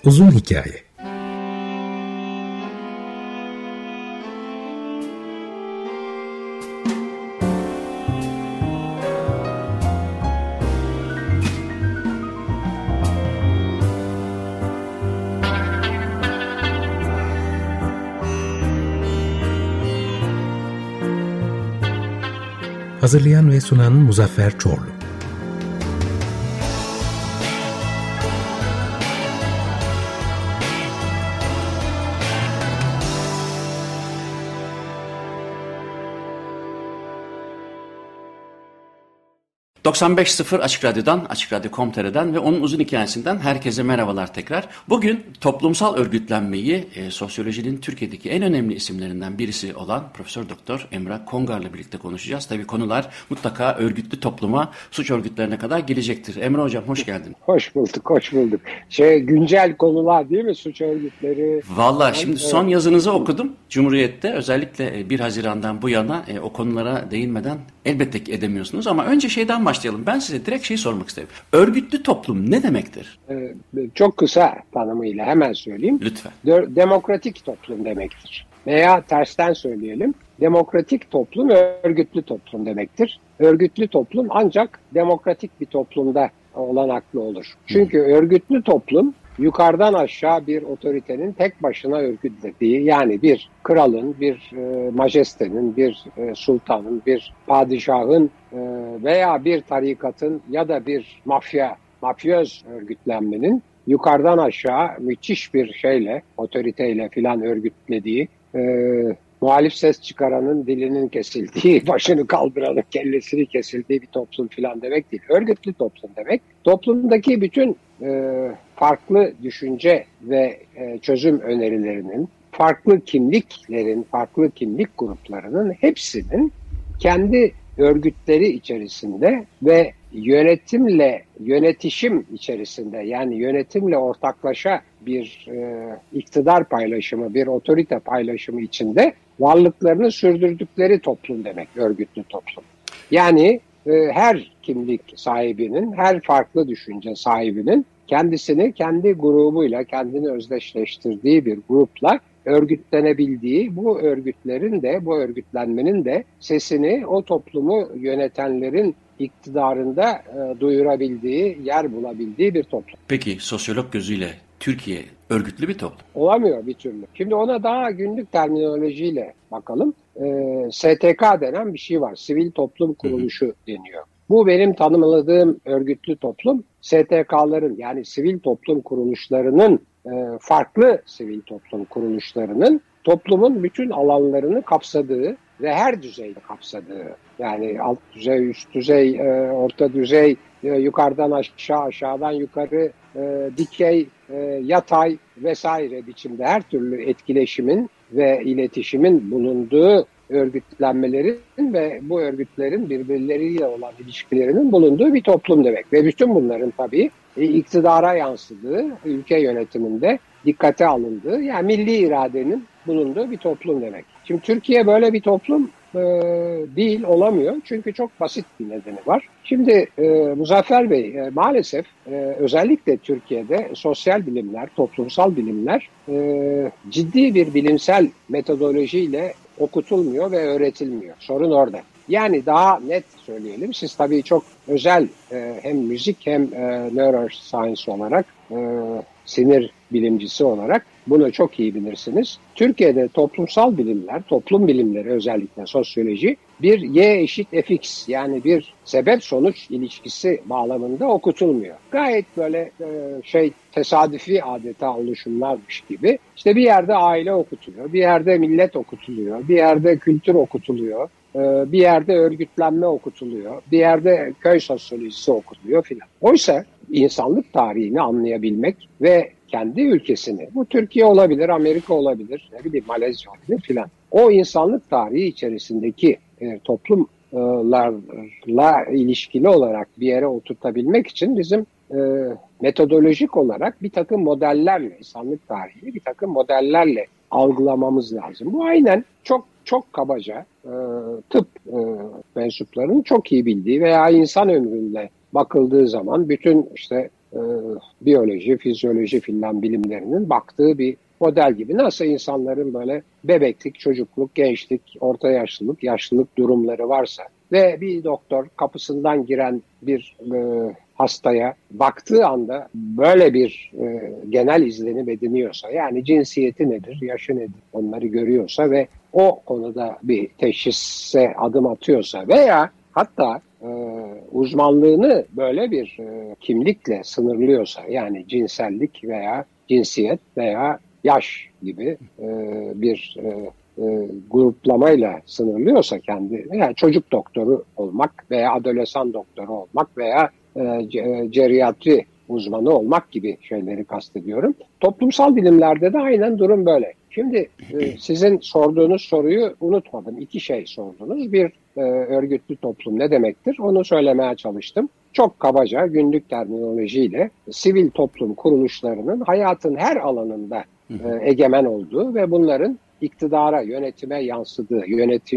Uzun hikaye. Hazırlayan ve sunan Muzaffer Çorlu. ...95.0 Açık Radyo'dan, Açık Radyo.com.tr'den ve onun uzun hikayesinden herkese merhabalar tekrar. Bugün toplumsal örgütlenmeyi sosyolojinin Türkiye'deki en önemli isimlerinden birisi olan Profesör Doktor Emrah Kongar'la birlikte konuşacağız. Tabii konular mutlaka örgütlü topluma, suç örgütlerine kadar gelecektir. Emrah Hocam hoş geldin. Hoş bulduk. Güncel konular değil mi? Suç örgütleri. Vallahi şimdi son yazınızı okudum. Cumhuriyet'te özellikle 1 Haziran'dan bu yana o konulara değinmeden elbette ki edemiyorsunuz. Ama önce şeyden başlayalım. Ben size direkt sormak isterim. Örgütlü toplum ne demektir? Çok kısa tanımıyla hemen söyleyeyim. Lütfen. Demokratik toplum demektir. Veya tersten söyleyelim. Demokratik toplum örgütlü toplum demektir. Örgütlü toplum ancak demokratik bir toplumda olanaklı olur. Çünkü örgütlü toplum yukarıdan aşağı bir otoritenin tek başına örgütlediği, yani bir kralın, bir majestenin, bir sultanın, bir padişahın veya bir tarikatın ya da bir mafyöz örgütlenmenin yukarıdan aşağı müthiş bir şeyle, otoriteyle filan örgütlediği, muhalif ses çıkaranın dilinin kesildiği, başını kaldıranın kellesini kesildiği bir toplum filan demek değil. Örgütlü toplum demek. Toplumdaki bütün farklı düşünce ve çözüm önerilerinin, farklı kimliklerin, farklı kimlik gruplarının hepsinin kendi örgütleri içerisinde ve yönetişim içerisinde, yani yönetimle ortaklaşa bir iktidar paylaşımı, bir otorite paylaşımı içinde varlıklarını sürdürdükleri toplum demek örgütlü toplum. Yani her kimlik sahibinin, her farklı düşünce sahibinin kendisini kendi grubuyla, kendini özdeşleştirdiği bir grupla örgütlenebildiği, bu örgütlerin de, bu örgütlenmenin de sesini o toplumu yönetenlerin iktidarında duyurabildiği, yer bulabildiği bir toplum. Peki sosyolog gözüyle Türkiye örgütlü bir toplum? Olamıyor bir türlü. Şimdi ona daha günlük terminolojiyle bakalım. STK denen bir şey var. Sivil Toplum Kuruluşu deniyor. Bu benim tanımladığım örgütlü toplum, STK'ların, yani sivil toplum kuruluşlarının, farklı sivil toplum kuruluşlarının toplumun bütün alanlarını kapsadığı ve her düzeyde kapsadığı, yani alt düzey, üst düzey, orta düzey, yukarıdan aşağı, aşağıdan yukarı, dikey, yatay vesaire biçimde her türlü etkileşimin ve iletişimin bulunduğu örgütlenmelerin ve bu örgütlerin birbirleriyle olan ilişkilerinin bulunduğu bir toplum demek. Ve bütün bunların tabii iktidara yansıdığı, ülke yönetiminde dikkate alındığı, yani milli iradenin bulunduğu bir toplum demek. Şimdi Türkiye böyle bir toplum değil, olamıyor. Çünkü çok basit bir nedeni var. Şimdi Muzaffer Bey, maalesef özellikle Türkiye'de sosyal bilimler, toplumsal bilimler ciddi bir bilimsel metodolojiyle okutulmuyor ve öğretilmiyor. Sorun orada. Yani daha net söyleyelim. Siz tabii çok özel hem müzik hem neuroscience olarak, sinir bilimcisi olarak bunu çok iyi bilirsiniz. Türkiye'de toplumsal bilimler, toplum bilimleri özellikle sosyoloji bir Y eşit Fx, yani bir sebep-sonuç ilişkisi bağlamında okutulmuyor. Gayet böyle tesadüfi adeta oluşumlarmış gibi. İşte bir yerde aile okutuluyor, bir yerde millet okutuluyor, bir yerde kültür okutuluyor, bir yerde örgütlenme okutuluyor, bir yerde köy sosyolojisi okutuluyor filan. Oysa insanlık tarihini anlayabilmek ve kendi ülkesini, bu Türkiye olabilir, Amerika olabilir, ne bileyim Malezya olabilir filan, o insanlık tarihi içerisindeki toplumlarla ilişkili olarak bir yere oturtabilmek için bizim metodolojik olarak bir takım modellerle, insanlık tarihini bir takım modellerle algılamamız lazım. Bu aynen çok kabaca tıp mensuplarının çok iyi bildiği veya insan ömründe bakıldığı zaman bütün işte biyoloji, fizyoloji filan bilimlerinin baktığı bir model gibi. Nasıl insanların böyle bebeklik, çocukluk, gençlik, orta yaşlılık, yaşlılık durumları varsa ve bir doktor kapısından giren bir hastaya baktığı anda böyle bir genel izlenim ediniyorsa, yani cinsiyeti nedir, yaşı nedir onları görüyorsa ve o konuda bir teşhise adım atıyorsa veya hatta uzmanlığını böyle bir kimlikle sınırlıyorsa, yani cinsellik veya cinsiyet veya yaş gibi bir gruplamayla sınırlıyorsa kendi, yani çocuk doktoru olmak veya adolesan doktoru olmak veya ceriyatri uzmanı olmak gibi şeyleri kastediyorum. Toplumsal bilimlerde de aynen durum böyle. Şimdi sizin sorduğunuz soruyu unutmadım. İki şey sordunuz. Bir, örgütlü toplum ne demektir? Onu söylemeye çalıştım. Çok kabaca günlük terminolojiyle sivil toplum kuruluşlarının hayatın her alanında egemen olduğu ve bunların iktidara, yönetime yansıdığı,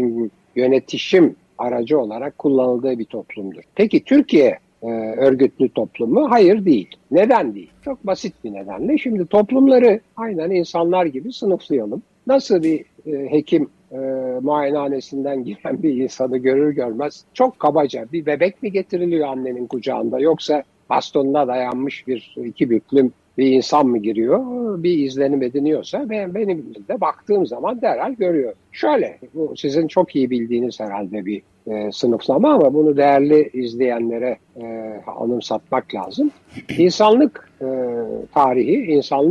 yönetişim aracı olarak kullanıldığı bir toplumdur. Peki Türkiye örgütlü toplum mu? Hayır, değil. Neden değil? Çok basit bir nedenle. Şimdi toplumları aynen insanlar gibi sınıflayalım. Nasıl bir hekim muayenehanesinden giren bir insanı görür görmez çok kabaca bir bebek mi getiriliyor annenin kucağında, yoksa bastonuna dayanmış bir iki büklüm bir insan mı giriyor, bir izlenim ediniyorsa benim de baktığım zaman derhal görüyor. Şöyle, bu sizin çok iyi bildiğiniz herhalde bir sınıflama ama bunu değerli izleyenlere anımsatmak lazım. İnsanlık tarihi,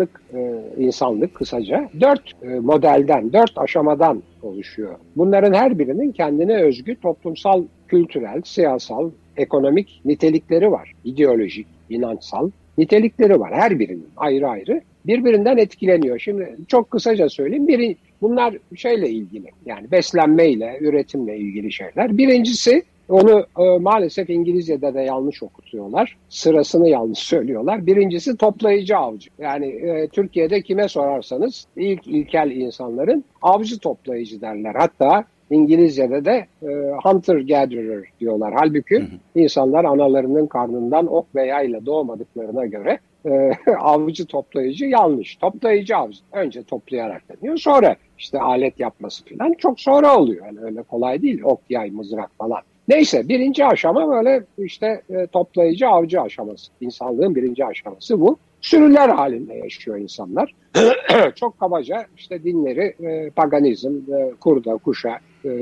insanlık kısaca 4 modelden, 4 aşamadan oluşuyor. Bunların her birinin kendine özgü toplumsal, kültürel, siyasal, ekonomik nitelikleri var. İdeolojik, inançsal nitelikleri var. Her birinin ayrı ayrı birbirinden etkileniyor. Şimdi çok kısaca söyleyeyim. Bunlar şeyle ilgili, yani beslenmeyle, üretimle ilgili şeyler. Birincisi, onu maalesef İngilizce'de de yanlış okutuyorlar. Sırasını yanlış söylüyorlar. Birincisi toplayıcı avcı. Yani Türkiye'de kime sorarsanız ilkel insanların avcı toplayıcı derler. Hatta İngilizce'de de hunter-gatherer diyorlar. Halbuki insanlar analarının karnından ok ve yayla doğmadıklarına göre avcı toplayıcı yanlış. Toplayıcı avcı. Önce toplayarak deniyor. Sonra işte alet yapması falan çok sonra oluyor. Yani öyle kolay değil. Ok, yay, mızrak falan. Neyse, birinci aşama böyle işte toplayıcı avcı aşaması. İnsanlığın birinci aşaması bu. Sürüler halinde yaşıyor insanlar. Çok kabaca işte dinleri paganizm, kurda, kuşa,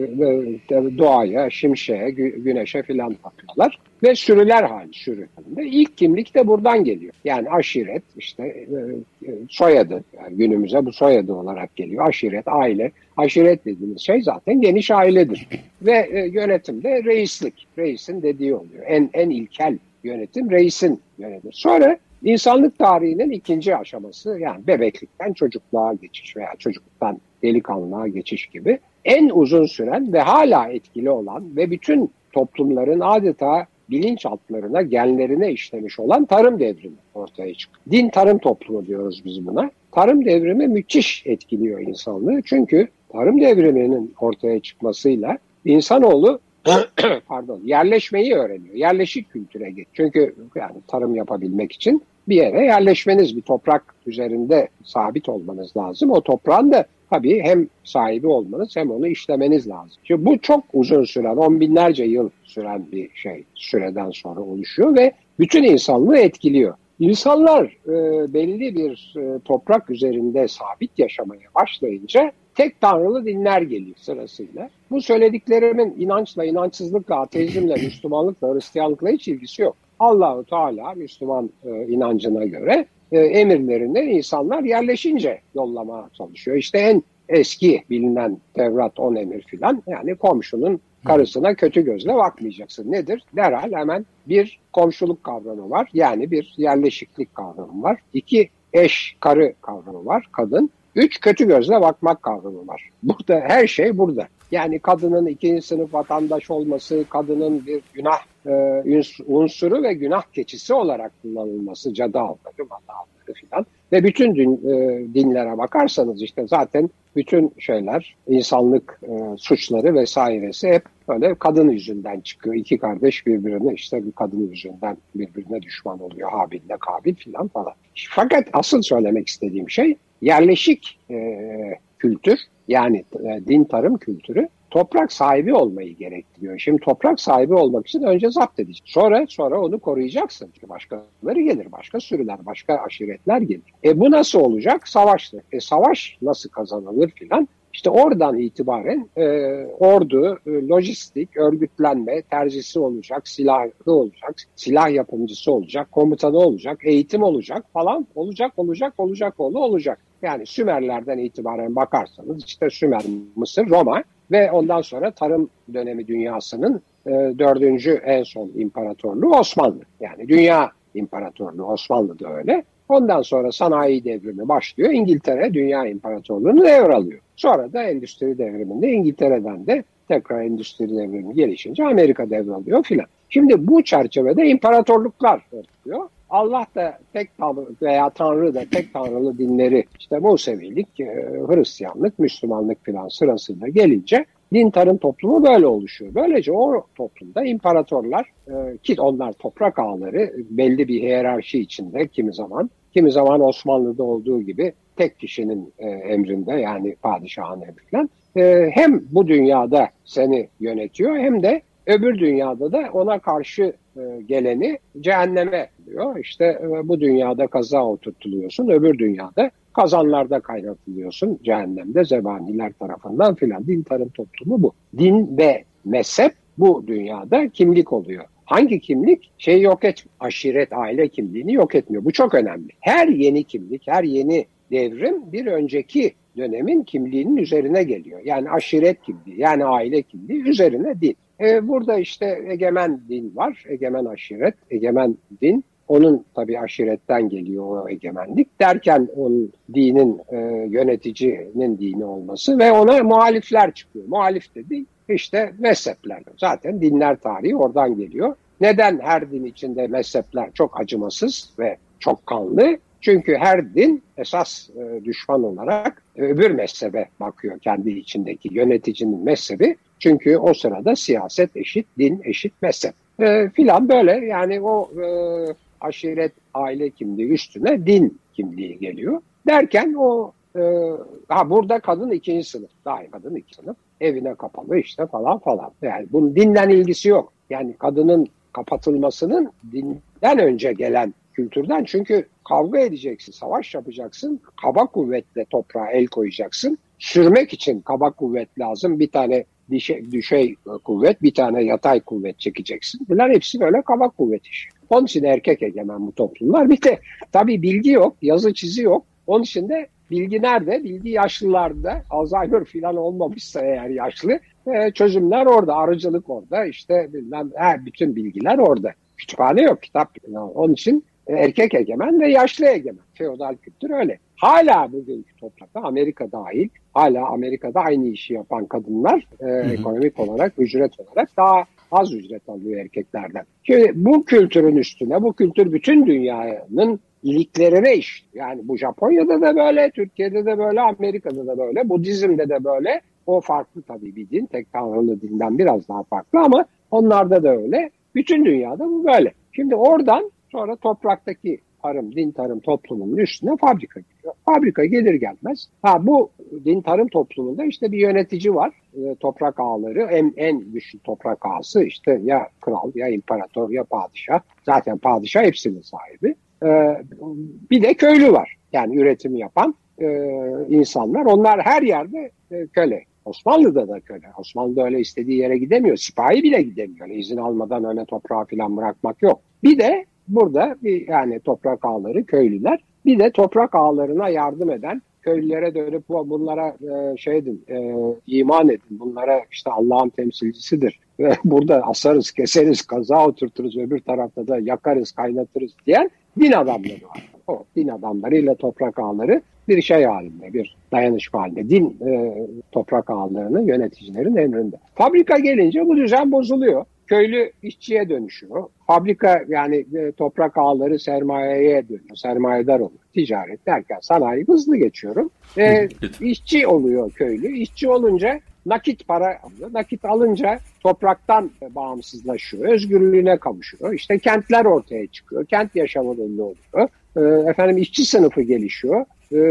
doğaya, şimşeğe, güneşe filan tapıyorlar. Ve sürüler halinde. İlk kimlik de buradan geliyor. Yani aşiret, işte soyadı, yani günümüze bu soyadı olarak geliyor. Aşiret, aile. Aşiret dediğimiz şey zaten geniş ailedir. Ve yönetimde reislik. Reisin dediği oluyor. En ilkel yönetim reisin yönetidir. Sonra İnsanlık tarihinin ikinci aşaması, yani bebeklikten çocukluğa geçiş veya çocukluktan delikanlılığa geçiş gibi en uzun süren ve hala etkili olan ve bütün toplumların adeta bilinçaltlarına, genlerine işlemiş olan tarım devrimi ortaya çıktı. Din tarım toplumu diyoruz biz buna. Tarım devrimi müthiş etkiliyor insanlığı. Çünkü tarım devriminin ortaya çıkmasıyla insanoğlu yerleşmeyi öğreniyor. Yerleşik kültüre geçiyor. Çünkü yani tarım yapabilmek için bir yere yerleşmeniz, bir toprak üzerinde sabit olmanız lazım. O toprağın da tabii hem sahibi olmanız hem onu işlemeniz lazım. Şimdi bu çok uzun süren, 10 binlerce yıl süren bir süreden sonra oluşuyor ve bütün insanlığı etkiliyor. İnsanlar belli bir toprak üzerinde sabit yaşamaya başlayınca tek tanrılı dinler geliyor sırasıyla. Bu söylediklerimin inançla, inançsızlıkla, ateizmle, Müslümanlıkla, Hristiyanlıkla hiç ilgisi yok. Allah-u Teala Müslüman inancına göre emirlerinden insanlar yerleşince yollamaya çalışıyor. İşte en eski bilinen Tevrat 10 emir filan, yani komşunun karısına kötü gözle bakmayacaksın. Nedir? Derhal hemen bir komşuluk kavramı var. Yani bir yerleşiklik kavramı var. 2 eş, karı kavramı var. Kadın. 3 kötü gözle bakmak kavramı var. Burada her şey burada. Yani kadının ikinci sınıf vatandaş olması, kadının bir günah unsuru ve günah keçisi olarak kullanılması, cadı avları, vada avları filan. Ve bütün dinlere bakarsanız işte zaten bütün şeyler, insanlık suçları vesairesi hep Böyle kadın yüzünden çıkıyor. İki kardeş birbirine işte bir kadın yüzünden birbirine düşman oluyor. Habil'le Kabil falan. Fakat asıl söylemek istediğim şey yerleşik kültür, yani din tarım kültürü toprak sahibi olmayı gerektiriyor. Şimdi toprak sahibi olmak için önce zapt edeceksin. Sonra onu koruyacaksın. Çünkü başkaları gelir, başka sürüler, başka aşiretler gelir. Bu nasıl olacak? Savaştır. Savaş nasıl kazanılır filan? İşte oradan itibaren ordu, lojistik, örgütlenme, terzisi olacak, silahlı olacak, silah yapımcısı olacak, komutanı olacak, eğitim olacak falan, olacak. Yani Sümerlerden itibaren bakarsanız işte Sümer, Mısır, Roma ve ondan sonra tarım dönemi dünyasının dördüncü en son imparatorluğu Osmanlı. Yani dünya imparatorluğu, Osmanlı da öyle. Ondan sonra sanayi devrimi başlıyor. İngiltere dünya imparatorluğunu devralıyor. Sonra da endüstri devriminde İngiltere'den de tekrar endüstri devrimi gelişince Amerika devralıyor filan. Şimdi bu çerçevede imparatorluklar örtüyor. Allah da tek tanrı veya Tanrı da tek tanrılı dinleri, işte Musevilik, Hristiyanlık, Müslümanlık filan sırasıyla gelince din tarım toplumu böyle oluşuyor. Böylece o toplumda imparatorlar, ki onlar toprak ağaları, belli bir hiyerarşi içinde kimi zaman Osmanlı'da olduğu gibi tek kişinin emrinde, yani padişahın emrinden, hem bu dünyada seni yönetiyor hem de öbür dünyada da ona karşı geleni cehenneme diyor. İşte bu dünyada kaza oturtuluyorsun, öbür dünyada kazanlarda kaynatılıyorsun, cehennemde zebaniler tarafından filan. Din tarım toplumu bu. Din ve mezhep bu dünyada kimlik oluyor. Hangi kimlik? Yok etmiyor. Aşiret, aile kimliğini yok etmiyor. Bu çok önemli. Her yeni kimlik, her yeni devrim bir önceki dönemin kimliğinin üzerine geliyor. Yani aşiret kimliği, yani aile kimliği üzerine din. Burada işte egemen din var, egemen aşiret, egemen din. Onun tabii aşiretten geliyor o egemenlik. Derken onun dinin, yöneticinin dini olması ve ona muhalifler çıkıyor. Muhalif dedi işte mezhepler. Zaten dinler tarihi oradan geliyor. Neden her din içinde mezhepler çok acımasız ve çok kanlı? Çünkü her din esas düşman olarak öbür mezhebe bakıyor, kendi içindeki yöneticinin mezhebi. Çünkü o sırada siyaset eşit, din eşit mezhep filan böyle, yani o aşiret, aile kimliği üstüne din kimliği geliyor. Derken o burada kadın ikinci sınıf, dahi kadın ikinci sınıf, evine kapalı işte falan. Yani bunun dinden ilgisi yok. Yani kadının kapatılmasının dinden önce gelen kültürden, çünkü kavga edeceksin, savaş yapacaksın, kaba kuvvetle toprağa el koyacaksın. Sürmek için kaba kuvvet lazım. Bir tane düşey kuvvet, bir tane yatay kuvvet çekeceksin. Bunlar hepsi böyle kaba kuvvet işi. Onun için erkek egemen bu toplumlar. Bir de tabii bilgi yok, yazı çizi yok. Onun için de bilgi nerede? Bilgi yaşlılarda. Alzheimer falan olmamışsa eğer yaşlı. Çözümler orada, arıcılık orada. İşte bütün bilgiler orada. Kütüphane yok, kitap yok. Onun için erkek egemen ve yaşlı egemen. Feodal kültür öyle. Hala bugünkü toprakta, Amerika dahil, hala Amerika'da aynı işi yapan kadınlar ekonomik olarak, ücret olarak daha az ücret alıyor erkeklerden. Şimdi bu kültürün üstüne, bu kültür bütün dünyanın iliklerine işliyor. Yani bu Japonya'da da böyle, Türkiye'de de böyle, Amerika'da da böyle, Budizm'de de böyle. O farklı tabii bir din, tek tanrılı dinden biraz daha farklı ama onlarda da öyle. Bütün dünyada bu böyle. Şimdi oradan sonra topraktaki din tarım toplumunun üstüne fabrika geliyor. Fabrika gelir gelmez. Bu din tarım toplumunda işte bir yönetici var. Toprak ağaları, en güçlü toprak ağası işte ya kral, ya imparator, ya padişah. Zaten padişah hepsinin sahibi. Bir de köylü var. Yani üretimi yapan insanlar. Onlar her yerde köle. Osmanlı'da da köle. Osmanlı'da öyle istediği yere gidemiyor. Sipahi bile gidemiyor. İzin almadan öyle toprağı falan bırakmak yok. Bir de burada yani toprak ağaları, köylüler, bir de toprak ağalarına yardım eden, köylülere dönüp bunlara iman edin, bunlara işte Allah'ın temsilcisidir. Burada asarız, keseriz, kaza oturturuz, öbür tarafta da yakarız, kaynatırız diyen din adamları var. O din adamlarıyla toprak ağaları bir şey halinde, bir dayanışma halinde. Din toprak ağalarının, yöneticilerin emrinde. Fabrika gelince bu düzen bozuluyor. Köylü işçiye dönüşüyor. Fabrika yani toprak ağaları sermayeye dönüyor. Sermayedar oluyor. Ticaret derken sanayi hızlı geçiyorum. İşçi oluyor köylü. İşçi olunca nakit para alıyor. Nakit alınca topraktan bağımsızlaşıyor, özgürlüğüne kavuşuyor. İşte kentler ortaya çıkıyor, kent yaşamı ünlü oluyor. İşçi sınıfı gelişiyor.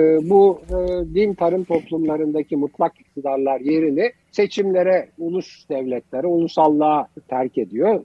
Bu din tarım toplumlarındaki mutlak iktidarlar yerini seçimlere, ulus devletlere, ulusallığa terk ediyor.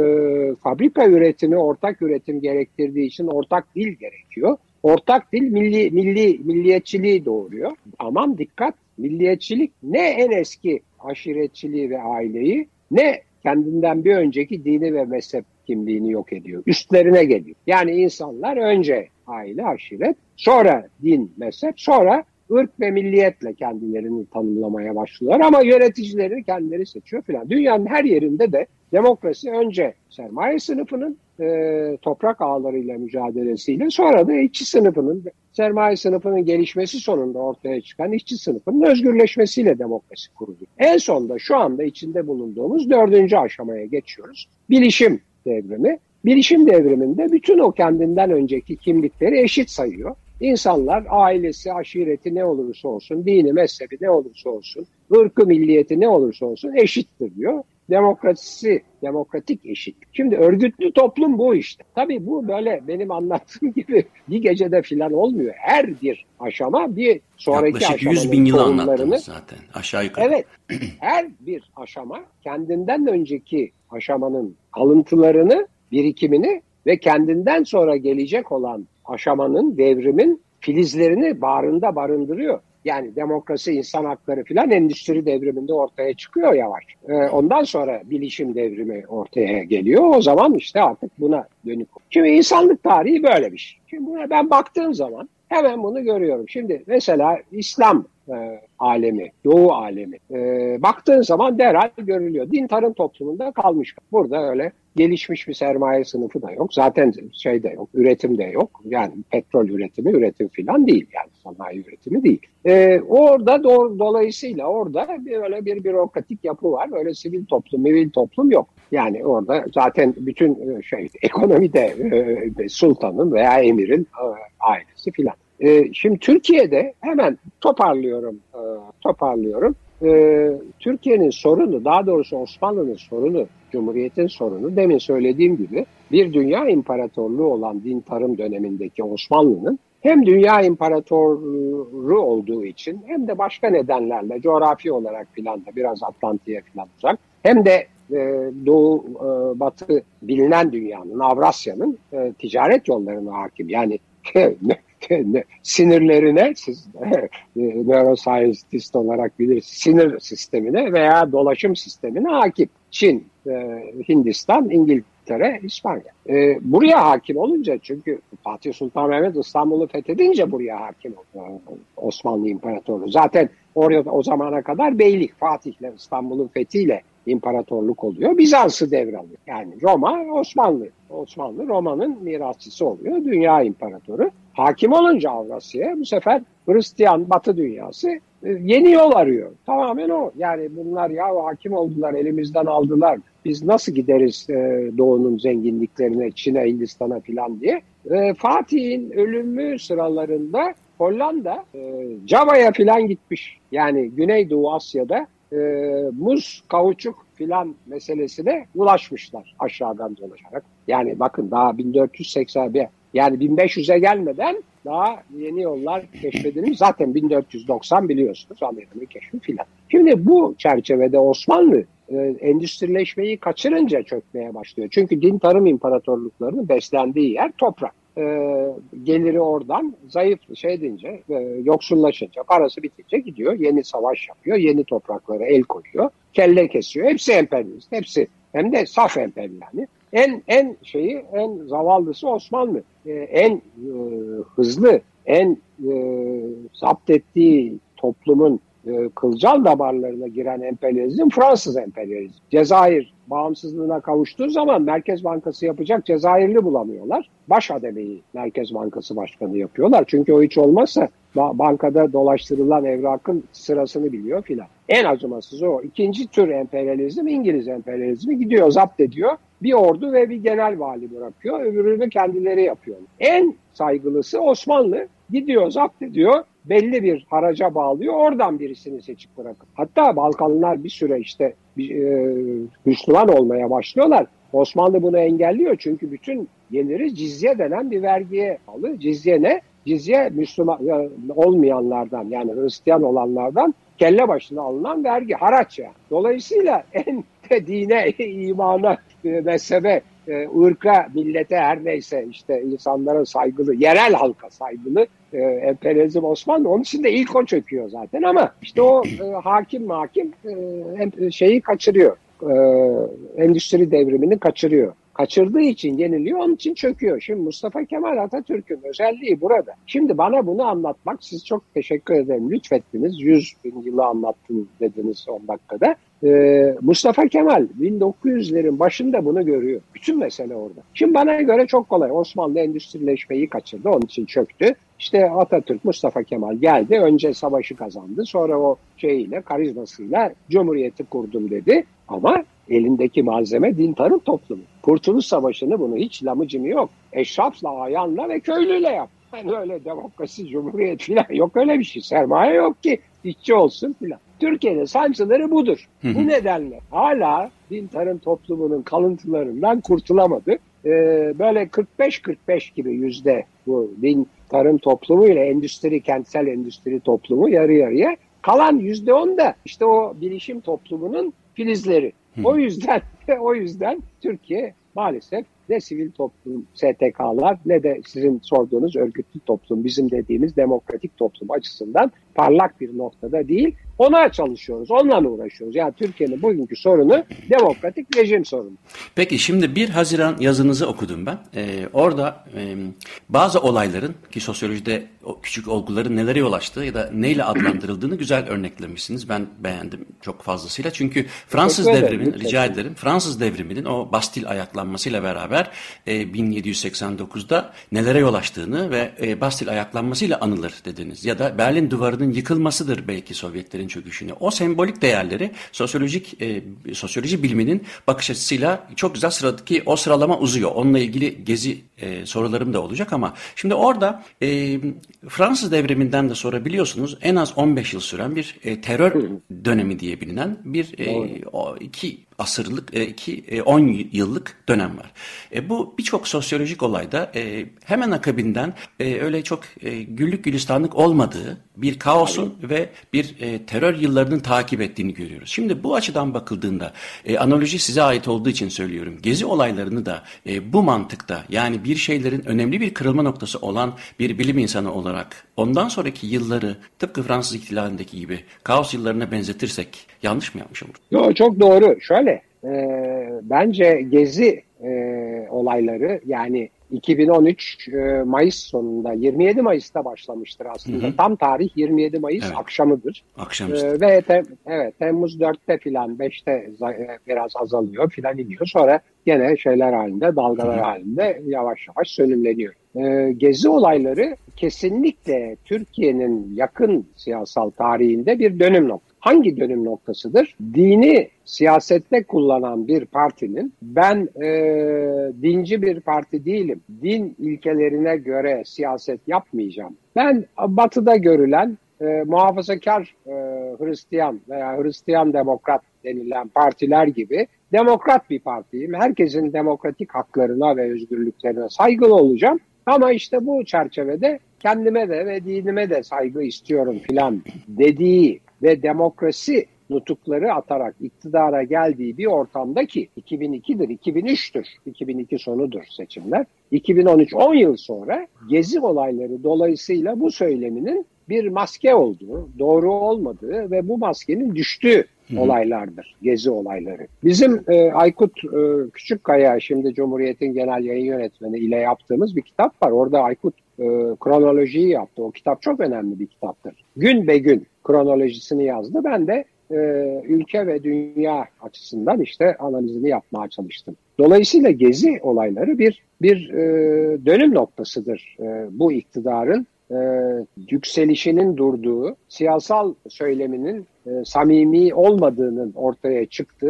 Fabrika üretimi ortak üretim gerektirdiği için ortak dil gerekiyor. Ortak dil milliyetçiliği doğuruyor. Aman dikkat, milliyetçilik ne en eski aşiretçiliği ve aileyi ne kendinden bir önceki dini ve mezhep kimliğini yok ediyor. Üstlerine geliyor. Yani insanlar önce aile, aşiret, sonra din, mezhep, sonra ırk ve milliyetle kendilerini tanımlamaya başlıyorlar ama yöneticileri kendileri seçiyor filan. Dünyanın her yerinde de demokrasi önce sermaye sınıfının toprak ağlarıyla mücadelesiyle, sonra da işçi sınıfının, sermaye sınıfının gelişmesi sonunda ortaya çıkan işçi sınıfının özgürleşmesiyle demokrasi kuruluyor. En sonunda şu anda içinde bulunduğumuz 4. aşamaya geçiyoruz. Bilişim devrimi. Bilişim devriminde bütün o kendinden önceki kimlikleri eşit sayıyor. İnsanlar ailesi, aşireti ne olursa olsun, dini, mezhebi ne olursa olsun, ırkı, milliyeti ne olursa olsun eşittir diyor. Demokrasi, demokratik eşitlik. Şimdi örgütlü toplum bu işte. Tabii bu böyle benim anlattığım gibi bir gecede filan olmuyor. Her bir aşama bir sonraki yaklaşık aşamanın 100 bin yılı sorunlarını... anlattınız zaten aşağı yukarı. Evet, her bir aşama kendinden önceki aşamanın alıntılarını, birikimini ve kendinden sonra gelecek olan aşamanın, devrimin filizlerini bağrında barındırıyor. Yani demokrasi, insan hakları filan endüstri devriminde ortaya çıkıyor yavaş. Ondan sonra bilişim devrimi ortaya geliyor. O zaman işte artık buna dönük. Şimdi insanlık tarihi böyle bir şey. Şimdi buna ben baktığım zaman hemen bunu görüyorum. Şimdi mesela İslam alemi, Doğu alemi. Baktığın zaman derhal görülüyor. Din tarım toplumunda kalmış. Burada öyle gelişmiş bir sermaye sınıfı da yok. Zaten şey de yok, üretim de yok. Yani petrol üretimi, üretim filan değil. Yani sanayi üretimi değil. Orada dolayısıyla orada böyle bir bürokratik yapı var. Öyle sivil toplum, mivil toplum yok. Yani orada zaten bütün ekonomide sultanın veya emirin ailesi filan. Şimdi Türkiye'de hemen toparlıyorum. Türkiye'nin sorunu, daha doğrusu Osmanlı'nın sorunu, Cumhuriyet'in sorunu, demin söylediğim gibi bir dünya imparatorluğu olan din tarım dönemindeki Osmanlı'nın hem dünya imparatoru olduğu için hem de başka nedenlerle coğrafi olarak filan da biraz Atlantik'e filan uzak, hem de Doğu, Batı bilinen dünyanın, Avrasya'nın ticaret yollarına hakim. Yani sinirlerine, siz neuroscientist olarak bilirsiniz, sinir sistemine veya dolaşım sistemine hakim. Çin, Hindistan, İngiltere, İspanya. Buraya hakim olunca, çünkü Fatih Sultan Mehmet İstanbul'u fethedince buraya hakim oldu Osmanlı İmparatorluğu. Zaten oraya o zamana kadar beylik, Fatih'le İstanbul'un fethiyle imparatorluk oluyor. Bizans'ı devralıyor. Yani Roma, Osmanlı Roma'nın mirasçısı oluyor. Dünya imparatoru. Hakim olunca Avrasya'ya bu sefer Hristiyan Batı dünyası yeni yol arıyor. Tamamen o. Yani bunlar ya hakim oldular, elimizden aldılar. Biz nasıl gideriz Doğu'nun zenginliklerine, Çin'e, Hindistan'a filan diye. Fatih'in ölümü sıralarında Hollanda Java'ya filan gitmiş. Yani Güneydoğu Asya'da muz, kauçuk filan meselesine ulaşmışlar aşağıdan dolaşarak. Yani bakın daha 1481, yani 1500'e gelmeden daha yeni yollar keşfedilmiş. Zaten 1490 biliyorsunuz Amerika'nın keşfi filan. Şimdi bu çerçevede Osmanlı endüstrileşmeyi kaçırınca çökmeye başlıyor. Çünkü din tarım imparatorluklarının beslendiği yer toprak. Geliri oradan zayıf yoksullaşınca, parası bitince gidiyor, yeni savaş yapıyor, yeni topraklara el koyuyor, kelle kesiyor. Hepsi emperyalist, hepsi, hem de saf emperyal yani. En zavallısı Osmanlı. En hızlı, en zapt ettiği toplumun kılcal damarlarına giren emperyalizm Fransız emperyalizmi. Cezayir bağımsızlığına kavuştuğu zaman Merkez Bankası yapacak Cezayirli bulamıyorlar. Baş ademeyi Merkez Bankası Başkanı yapıyorlar. Çünkü o hiç olmazsa bankada dolaştırılan evrakın sırasını biliyor filan. En acımasız o. İkinci tür emperyalizm İngiliz emperyalizmi, gidiyor zapt ediyor. Bir ordu ve bir genel vali bırakıyor. Öbürünü kendileri yapıyor. En saygılısı Osmanlı. gidiyor, zapt ediyor, belli bir haraca bağlıyor, oradan birisini seçip bırakıyor. Hatta Balkanlılar bir süre işte Müslüman olmaya başlıyorlar. Osmanlı bunu engelliyor çünkü bütün geliri cizye denen bir vergiye bağlı. Cizye ne? Cizye Müslüman olmayanlardan, yani Hristiyan olanlardan kelle başına alınan vergi, haraç yani. Dolayısıyla en dine, imana, mezhebe, ırka, millete, her neyse işte insanlara saygılı, yerel halka saygılı emperyalizm Osmanlı. Onun için de ilk o çöküyor zaten ama işte o hakim şeyi kaçırıyor. Endüstri devrimini kaçırıyor. Kaçırdığı için yeniliyor, onun için çöküyor. Şimdi Mustafa Kemal Atatürk'ün özelliği burada. Şimdi bana bunu anlatmak, siz çok teşekkür ederim, lütfettiniz. 100 bin yılı anlattım dediniz 10 dakikada. Mustafa Kemal 1900'lerin başında bunu görüyor. Bütün mesele orada. Şimdi bana göre çok kolay. Osmanlı endüstrileşmeyi kaçırdı, onun için çöktü. İşte Atatürk, Mustafa Kemal geldi. Önce savaşı kazandı. Sonra o karizmasıyla Cumhuriyeti kurdum dedi. Ama elindeki malzeme din tarım toplumu. Kurtuluş Savaşı'nı bunu hiç lamıcımı yok. Eşrafla, ayanla ve köylüyle yap. Yani öyle demokrasi, cumhuriyet falan yok, öyle bir şey. Sermaye yok ki işçi olsun falan. Türkiye'nin sancıları budur. Bu nedenle hala din tarım toplumunun kalıntılarından kurtulamadı. Böyle 45-45 gibi yüzde bu din tarım toplumu ile kentsel endüstri toplumu yarı yarıya. Kalan %10 da işte o bilişim toplumunun filizleri. O yüzden Türkiye maalesef ne sivil toplum, STK'lar ne de sizin sorduğunuz örgütlü toplum, bizim dediğimiz demokratik toplum açısından parlak bir noktada değil. Ona çalışıyoruz, onunla uğraşıyoruz. Yani Türkiye'nin bugünkü sorunu demokratik rejim sorunu. Peki şimdi 1 Haziran yazınızı okudum ben. Orada bazı olayların, ki sosyolojide o küçük olguların nelere yol açtığı ya da neyle adlandırıldığını güzel örneklemişsiniz. Ben beğendim çok fazlasıyla. Çünkü Fransız devriminin, rica ederim, Fransız devriminin o Bastil ayaklanmasıyla beraber 1789'da nelere yol açtığını ve Bastil ayaklanmasıyla anılır dediniz. Ya da Berlin Duvarı'nın yıkılmasıdır belki Sovyetlerin çöküşünü. O sembolik değerleri sosyoloji biliminin bakış açısıyla çok güzel sıradaki o sıralama uzuyor. Onunla ilgili gezi sorularım da olacak ama şimdi orada Fransız devriminden de sonra biliyorsunuz en az 15 yıl süren bir terör dönemi diye bilinen bir 10 yıllık dönem var. Bu birçok sosyolojik olayda hemen akabinden öyle çok güllük gülistanlık olmadığı bir kaosun ve bir terör yıllarının takip ettiğini görüyoruz. Şimdi bu açıdan bakıldığında analoji size ait olduğu için söylüyorum. Gezi olaylarını da bu mantıkta, yani bir şeylerin önemli bir kırılma noktası olan bir bilim insanı olarak ondan sonraki yılları tıpkı Fransız ihtilalindeki gibi kaos yıllarına benzetirsek yanlış mı yapmış oluruz? Yok, çok doğru. Şöyle bence gezi olayları, yani 2013 Mayıs sonunda, 27 Mayıs'ta başlamıştır aslında. Tam tarih 27 Mayıs akşamıdır. Ve Temmuz 4'te filan, 5'te biraz azalıyor filan, iniyor. Sonra gene şeyler halinde, dalgalar halinde yavaş yavaş sönümleniyor. Gezi olayları kesinlikle Türkiye'nin yakın siyasal tarihinde bir dönüm noktası. Hangi dönüm noktasıdır? Dini siyasette kullanan bir partinin, ben dinci bir parti değilim, din ilkelerine göre siyaset yapmayacağım, ben batıda görülen muhafazakar Hristiyan veya Hristiyan demokrat denilen partiler gibi demokrat bir partiyim, herkesin demokratik haklarına ve özgürlüklerine saygılı olacağım ama işte bu çerçevede kendime de ve dinime de saygı istiyorum filan dediği ve demokrasi nutukları atarak iktidara geldiği bir ortamdaki 2002'dir, 2003'tür, 2002 sonudur seçimler. 2013, 10 yıl sonra gezi olayları dolayısıyla bu söyleminin bir maske olduğu, doğru olmadığı ve bu maskenin düştüğü olaylardır, gezi olayları. Bizim Aykut Küçükkaya, şimdi Cumhuriyet'in genel yayın yönetmeni ile yaptığımız bir kitap var. Orada Aykut kronolojiyi yaptı. O kitap çok önemli bir kitaptır. Gün be gün kronolojisini yazdı. Ben de ülke ve dünya açısından işte analizini yapmaya çalıştım. Dolayısıyla gezi olayları bir dönüm noktasıdır. Bu iktidarın yükselişinin durduğu, siyasal söyleminin samimi olmadığının ortaya çıktığı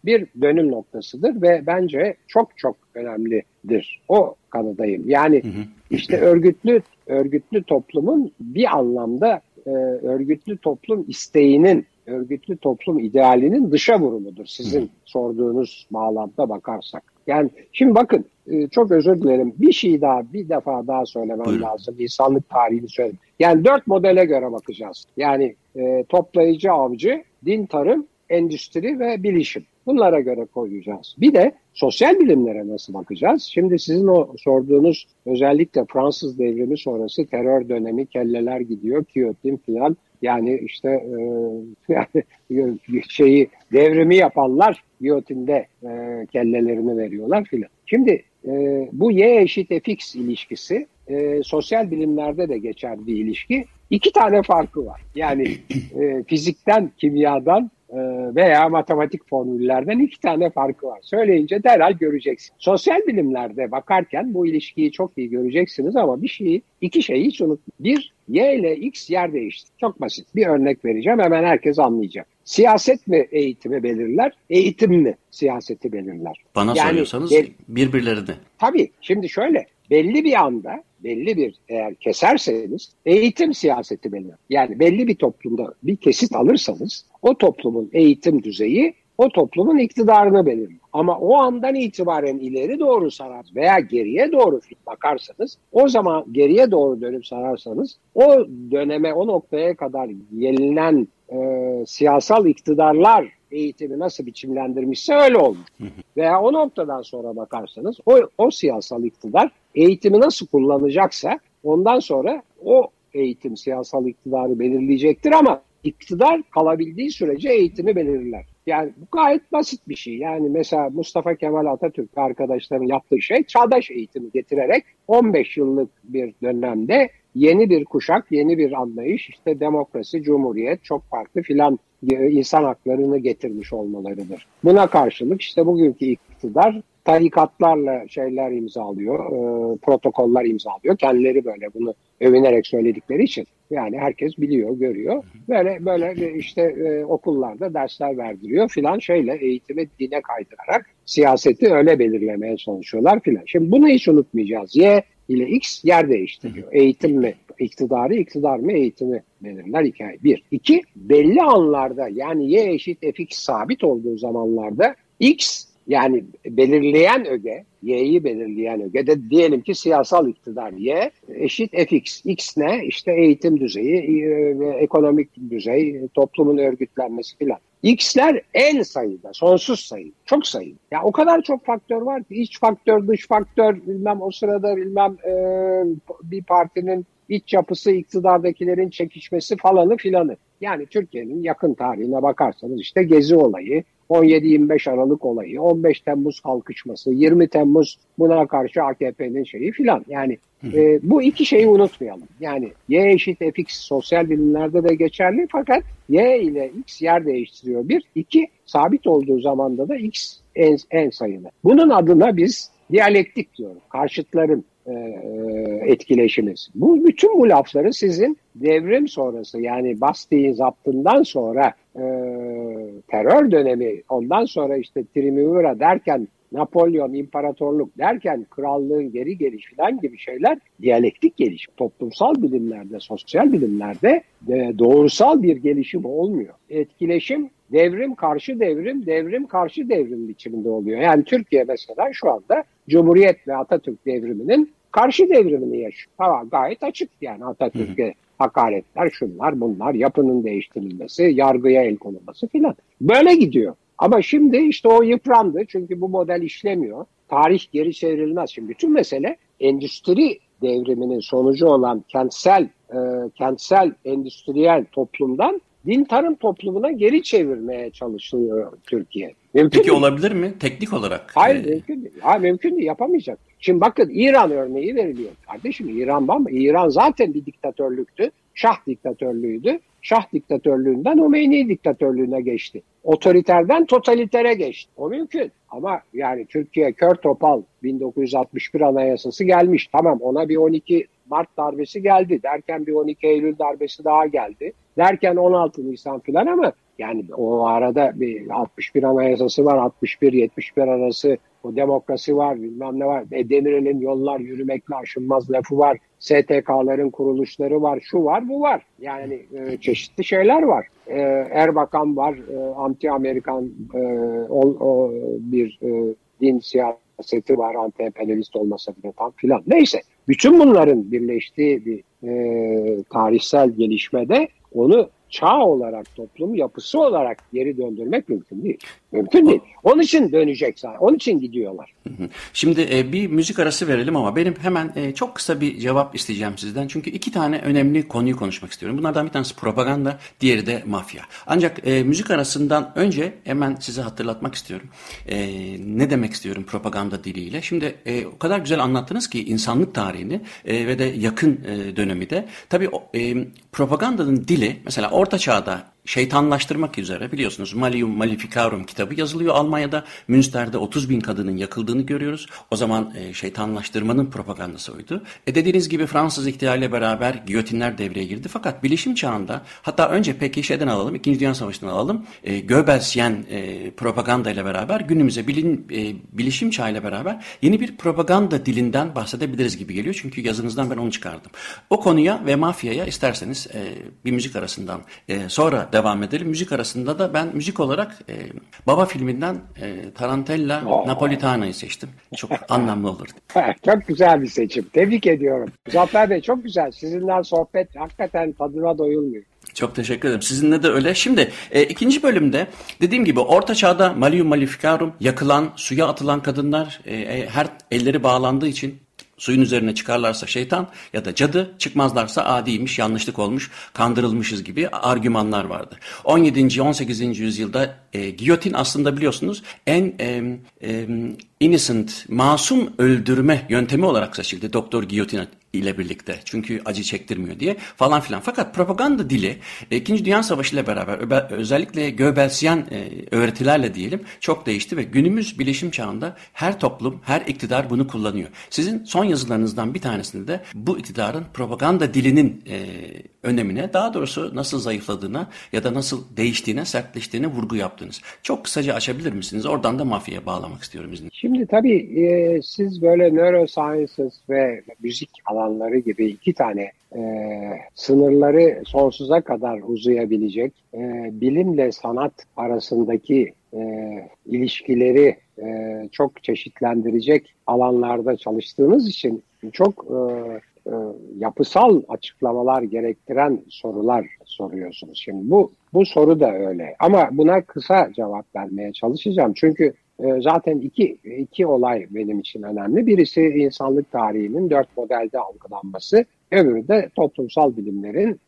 bir dönüm noktasıdır ve bence çok çok önemlidir. O kanadayım. Yani işte örgütlü toplumun bir anlamda örgütlü toplum isteğinin, örgütlü toplum idealinin dışa vurumudur sizin sorduğunuz bağlamda bakarsak. Yani şimdi bakın, çok özür dilerim, bir defa daha söylemem lazım. İnsanlık tarihini söyleyeyim. Yani 4 modele göre bakacağız. Yani toplayıcı avcı, din tarım, endüstri ve bilişim. Bunlara göre koyacağız. Bir de sosyal bilimlere nasıl bakacağız? Şimdi sizin o sorduğunuz özellikle Fransız devrimi sonrası terör dönemi, kelleler gidiyor, giyotin filan. Yani işte devrimi yapanlar giyotinde kellelerini veriyorlar filan. Şimdi bu Y eşit Fx ilişkisi sosyal bilimlerde de geçer bir ilişki. 2 tane farkı var. Yani fizikten, kimyadan veya matematik formüllerden 2 tane farkı var. Söyleyince derhal göreceksin. Sosyal bilimlerde bakarken bu ilişkiyi çok iyi göreceksiniz ama 2 şeyi hiç unutmayın. Bir, Y ile X yer değişti. Çok basit. Bir örnek vereceğim, hemen herkes anlayacak. Siyaset mi eğitimi belirler, eğitim mi siyaseti belirler? Bana soruyorsanız birbirlerini. Tabii. Şimdi şöyle, belli bir anda, eğer keserseniz eğitim siyaseti belirler. Yani belli bir toplumda bir kesit alırsanız o toplumun eğitim düzeyi o toplumun iktidarını belirler. Ama o andan itibaren ileri doğru sarar veya geriye doğru bakarsanız, o zaman geriye doğru dönüp sararsanız o döneme, o noktaya kadar gelinen siyasal iktidarlar eğitimi nasıl biçimlendirmişse öyle olmuş. Veya o noktadan sonra bakarsanız o siyasal iktidar eğitimi nasıl kullanacaksa ondan sonra o eğitim siyasal iktidarı belirleyecektir ama iktidar kalabildiği sürece eğitimi belirler. Yani bu gayet basit bir şey. Yani mesela Mustafa Kemal Atatürk arkadaşların yaptığı şey çağdaş eğitimi getirerek 15 yıllık bir dönemde yeni bir kuşak, yeni bir anlayış, işte demokrasi, cumhuriyet, çok farklı filan insan haklarını getirmiş olmalarıdır. Buna karşılık işte bugünkü iktidar tarikatlarla şeyler imzalıyor, protokoller imzalıyor. Kendileri böyle bunu övünerek söyledikleri için yani herkes biliyor, görüyor. Böyle işte okullarda dersler verdiriyor filan, eğitimi dine kaydırarak siyaseti öyle belirlemeye çalışıyorlar filan. Şimdi bunu hiç unutmayacağız. Y ile X yer değiştiriyor. Eğitim mi iktidarı, iktidar mı eğitimi belirler hikaye. 1. 2. Belli anlarda, yani Y eşit Fx sabit olduğu zamanlarda X, yani belirleyen öge, Y'yi belirleyen öge de diyelim ki siyasal iktidar Y eşit Fx. X ne? İşte eğitim düzeyi, ekonomik düzey, toplumun örgütlenmesi filan. X'ler en sayıda, sonsuz sayıda, çok sayıda. Ya o kadar çok faktör var ki, iç faktör, dış faktör, bilmem o sırada bir partinin iç yapısı, iktidardakilerin çekişmesi falanı filanı. Yani Türkiye'nin yakın tarihine bakarsanız işte Gezi olayı, 17-25 Aralık olayı, 15 Temmuz kalkışması, 20 Temmuz buna karşı AKP'nin şeyi filan. Yani bu 2 şeyi unutmayalım. Yani Y eşit Fx sosyal bilimlerde de geçerli fakat Y ile X yer değiştiriyor. 1. 2. Sabit olduğu zamanda da X en sayılı. Bunun adına biz diyalektik diyoruz. Karşıtların etkileşimi. Bütün bu lafları sizin devrim sonrası, yani Basti'yi zaptından sonra terör dönemi, ondan sonra işte Triumvira derken Napolyon, imparatorluk derken krallığın geri gelişi falan gibi şeyler diyalektik gelişim. Toplumsal bilimlerde, sosyal bilimlerde doğrusal bir gelişim olmuyor. Etkileşim devrim karşı devrim, devrim karşı devrim biçiminde oluyor. Yani Türkiye mesela şu anda Cumhuriyet ve Atatürk devriminin karşı devrimini yaşıyor. Tamam, gayet açık yani Atatürk'e hakaretler, şunlar bunlar, yapının değiştirilmesi, yargıya el konulması filan. Böyle gidiyor. Ama şimdi işte o yıprandı çünkü bu model işlemiyor. Tarih geri çevrilmez. Şimdi bütün mesele endüstri devriminin sonucu olan kentsel endüstriyel toplumdan din tarım toplumuna geri çevirmeye çalışıyor Türkiye. Mümkün Peki değil. Olabilir mi? Teknik olarak. Hayır mümkün değil. Mümkün değil, yapamayacak. Şimdi bakın İran örneği veriliyor. Kardeşim İran zaten bir diktatörlüktü. Şah diktatörlüğüydü. Şah diktatörlüğünden Hümeyni diktatörlüğüne geçti. Otoriterden totalitere geçti. O mümkün. Ama yani Türkiye kör topal 1961 Anayasası gelmiş. Tamam, ona bir 12 Mart darbesi geldi. Derken bir 12 Eylül darbesi daha geldi. Derken 16 Nisan filan ama yani o arada bir 61 Anayasası var. 61-71 arası o demokrasi var, bilmem ne var. Demirel'in yollar yürümekle aşılmaz lafı var. STK'ların kuruluşları var. Şu var, bu var. Yani çeşitli şeyler var. Erbakan var. Anti-Amerikan bir din siyaseti var. Anti-emperyalist olmasa bile tam filan. Neyse. Bütün bunların birleştiği bir tarihsel gelişmede onu çağ olarak, toplum yapısı olarak geri döndürmek mümkün değil. Mümkün değil. Onun için dönecek zaten. Onun için gidiyorlar. Şimdi bir müzik arası verelim ama benim hemen çok kısa bir cevap isteyeceğim sizden. Çünkü iki tane önemli konuyu konuşmak istiyorum. Bunlardan bir tanesi propaganda, diğeri de mafya. Ancak müzik arasından önce hemen size hatırlatmak istiyorum. Ne demek istiyorum propaganda diliyle? Şimdi o kadar güzel anlattınız ki insanlık tarihini ve de yakın dönemi de. Tabii propagandanın dili mesela Orta Çağ'da şeytanlaştırmak üzere biliyorsunuz Malleum Maleficarum kitabı yazılıyor Almanya'da. Münster'de 30 bin kadının yakıldığını görüyoruz. O zaman şeytanlaştırmanın propagandası oydu. Dediğiniz gibi Fransız ihtilaliyle beraber giyotinler devreye girdi. Fakat bilişim çağında hatta önce peki şeyden alalım, İkinci Dünya Savaşı'ndan alalım. Goebbelsyen propaganda ile beraber günümüze bilişim çağıyla beraber yeni bir propaganda dilinden bahsedebiliriz gibi geliyor. Çünkü yazınızdan ben onu çıkardım. O konuya ve mafyaya isterseniz bir müzik arasından sonra devam edelim. Müzik arasında da ben müzik olarak Baba filminden Tarantella Napolitana'yı seçtim. Çok anlamlı olur. Çok güzel bir seçim. Tebrik ediyorum. Zafer Bey çok güzel. Sizinle sohbet hakikaten tadına doyulmuyor. Çok teşekkür ederim. Sizinle de öyle. Şimdi ikinci bölümde dediğim gibi Orta Çağ'da Malleum Maleficarum, yakılan, suya atılan kadınlar her elleri bağlandığı için suyun üzerine çıkarlarsa şeytan ya da cadı, çıkmazlarsa adiymiş, yanlışlık olmuş, kandırılmışız gibi argümanlar vardı. 17. 18. yüzyılda giyotin aslında biliyorsunuz en innocent, masum öldürme yöntemi olarak seçildi. Doktor Giyotin ile birlikte. Çünkü acı çektirmiyor diye falan filan. Fakat propaganda dili 2. Dünya Savaşı ile beraber özellikle Goebbelsyen öğretilerle diyelim çok değişti ve günümüz bilişim çağında her toplum, her iktidar bunu kullanıyor. Sizin son yazılarınızdan bir tanesinde de bu iktidarın propaganda dilinin önemine, daha doğrusu nasıl zayıfladığına ya da nasıl değiştiğine, sertleştiğine vurgu yaptınız. Çok kısaca açabilir misiniz? Oradan da mafyaya bağlamak istiyorum izninizle. Şimdi tabii siz böyle neurosciences ve müzik alanları gibi iki tane sınırları sonsuza kadar uzayabilecek bilimle sanat arasındaki ilişkileri çok çeşitlendirecek alanlarda çalıştığınız için çok yapısal açıklamalar gerektiren sorular soruyorsunuz. Şimdi bu soru da öyle. Ama buna kısa cevap vermeye çalışacağım. Çünkü zaten iki olay benim için önemli. Birisi insanlık tarihinin 4 modelde algılanması. Öbürü de toplumsal bilimlerin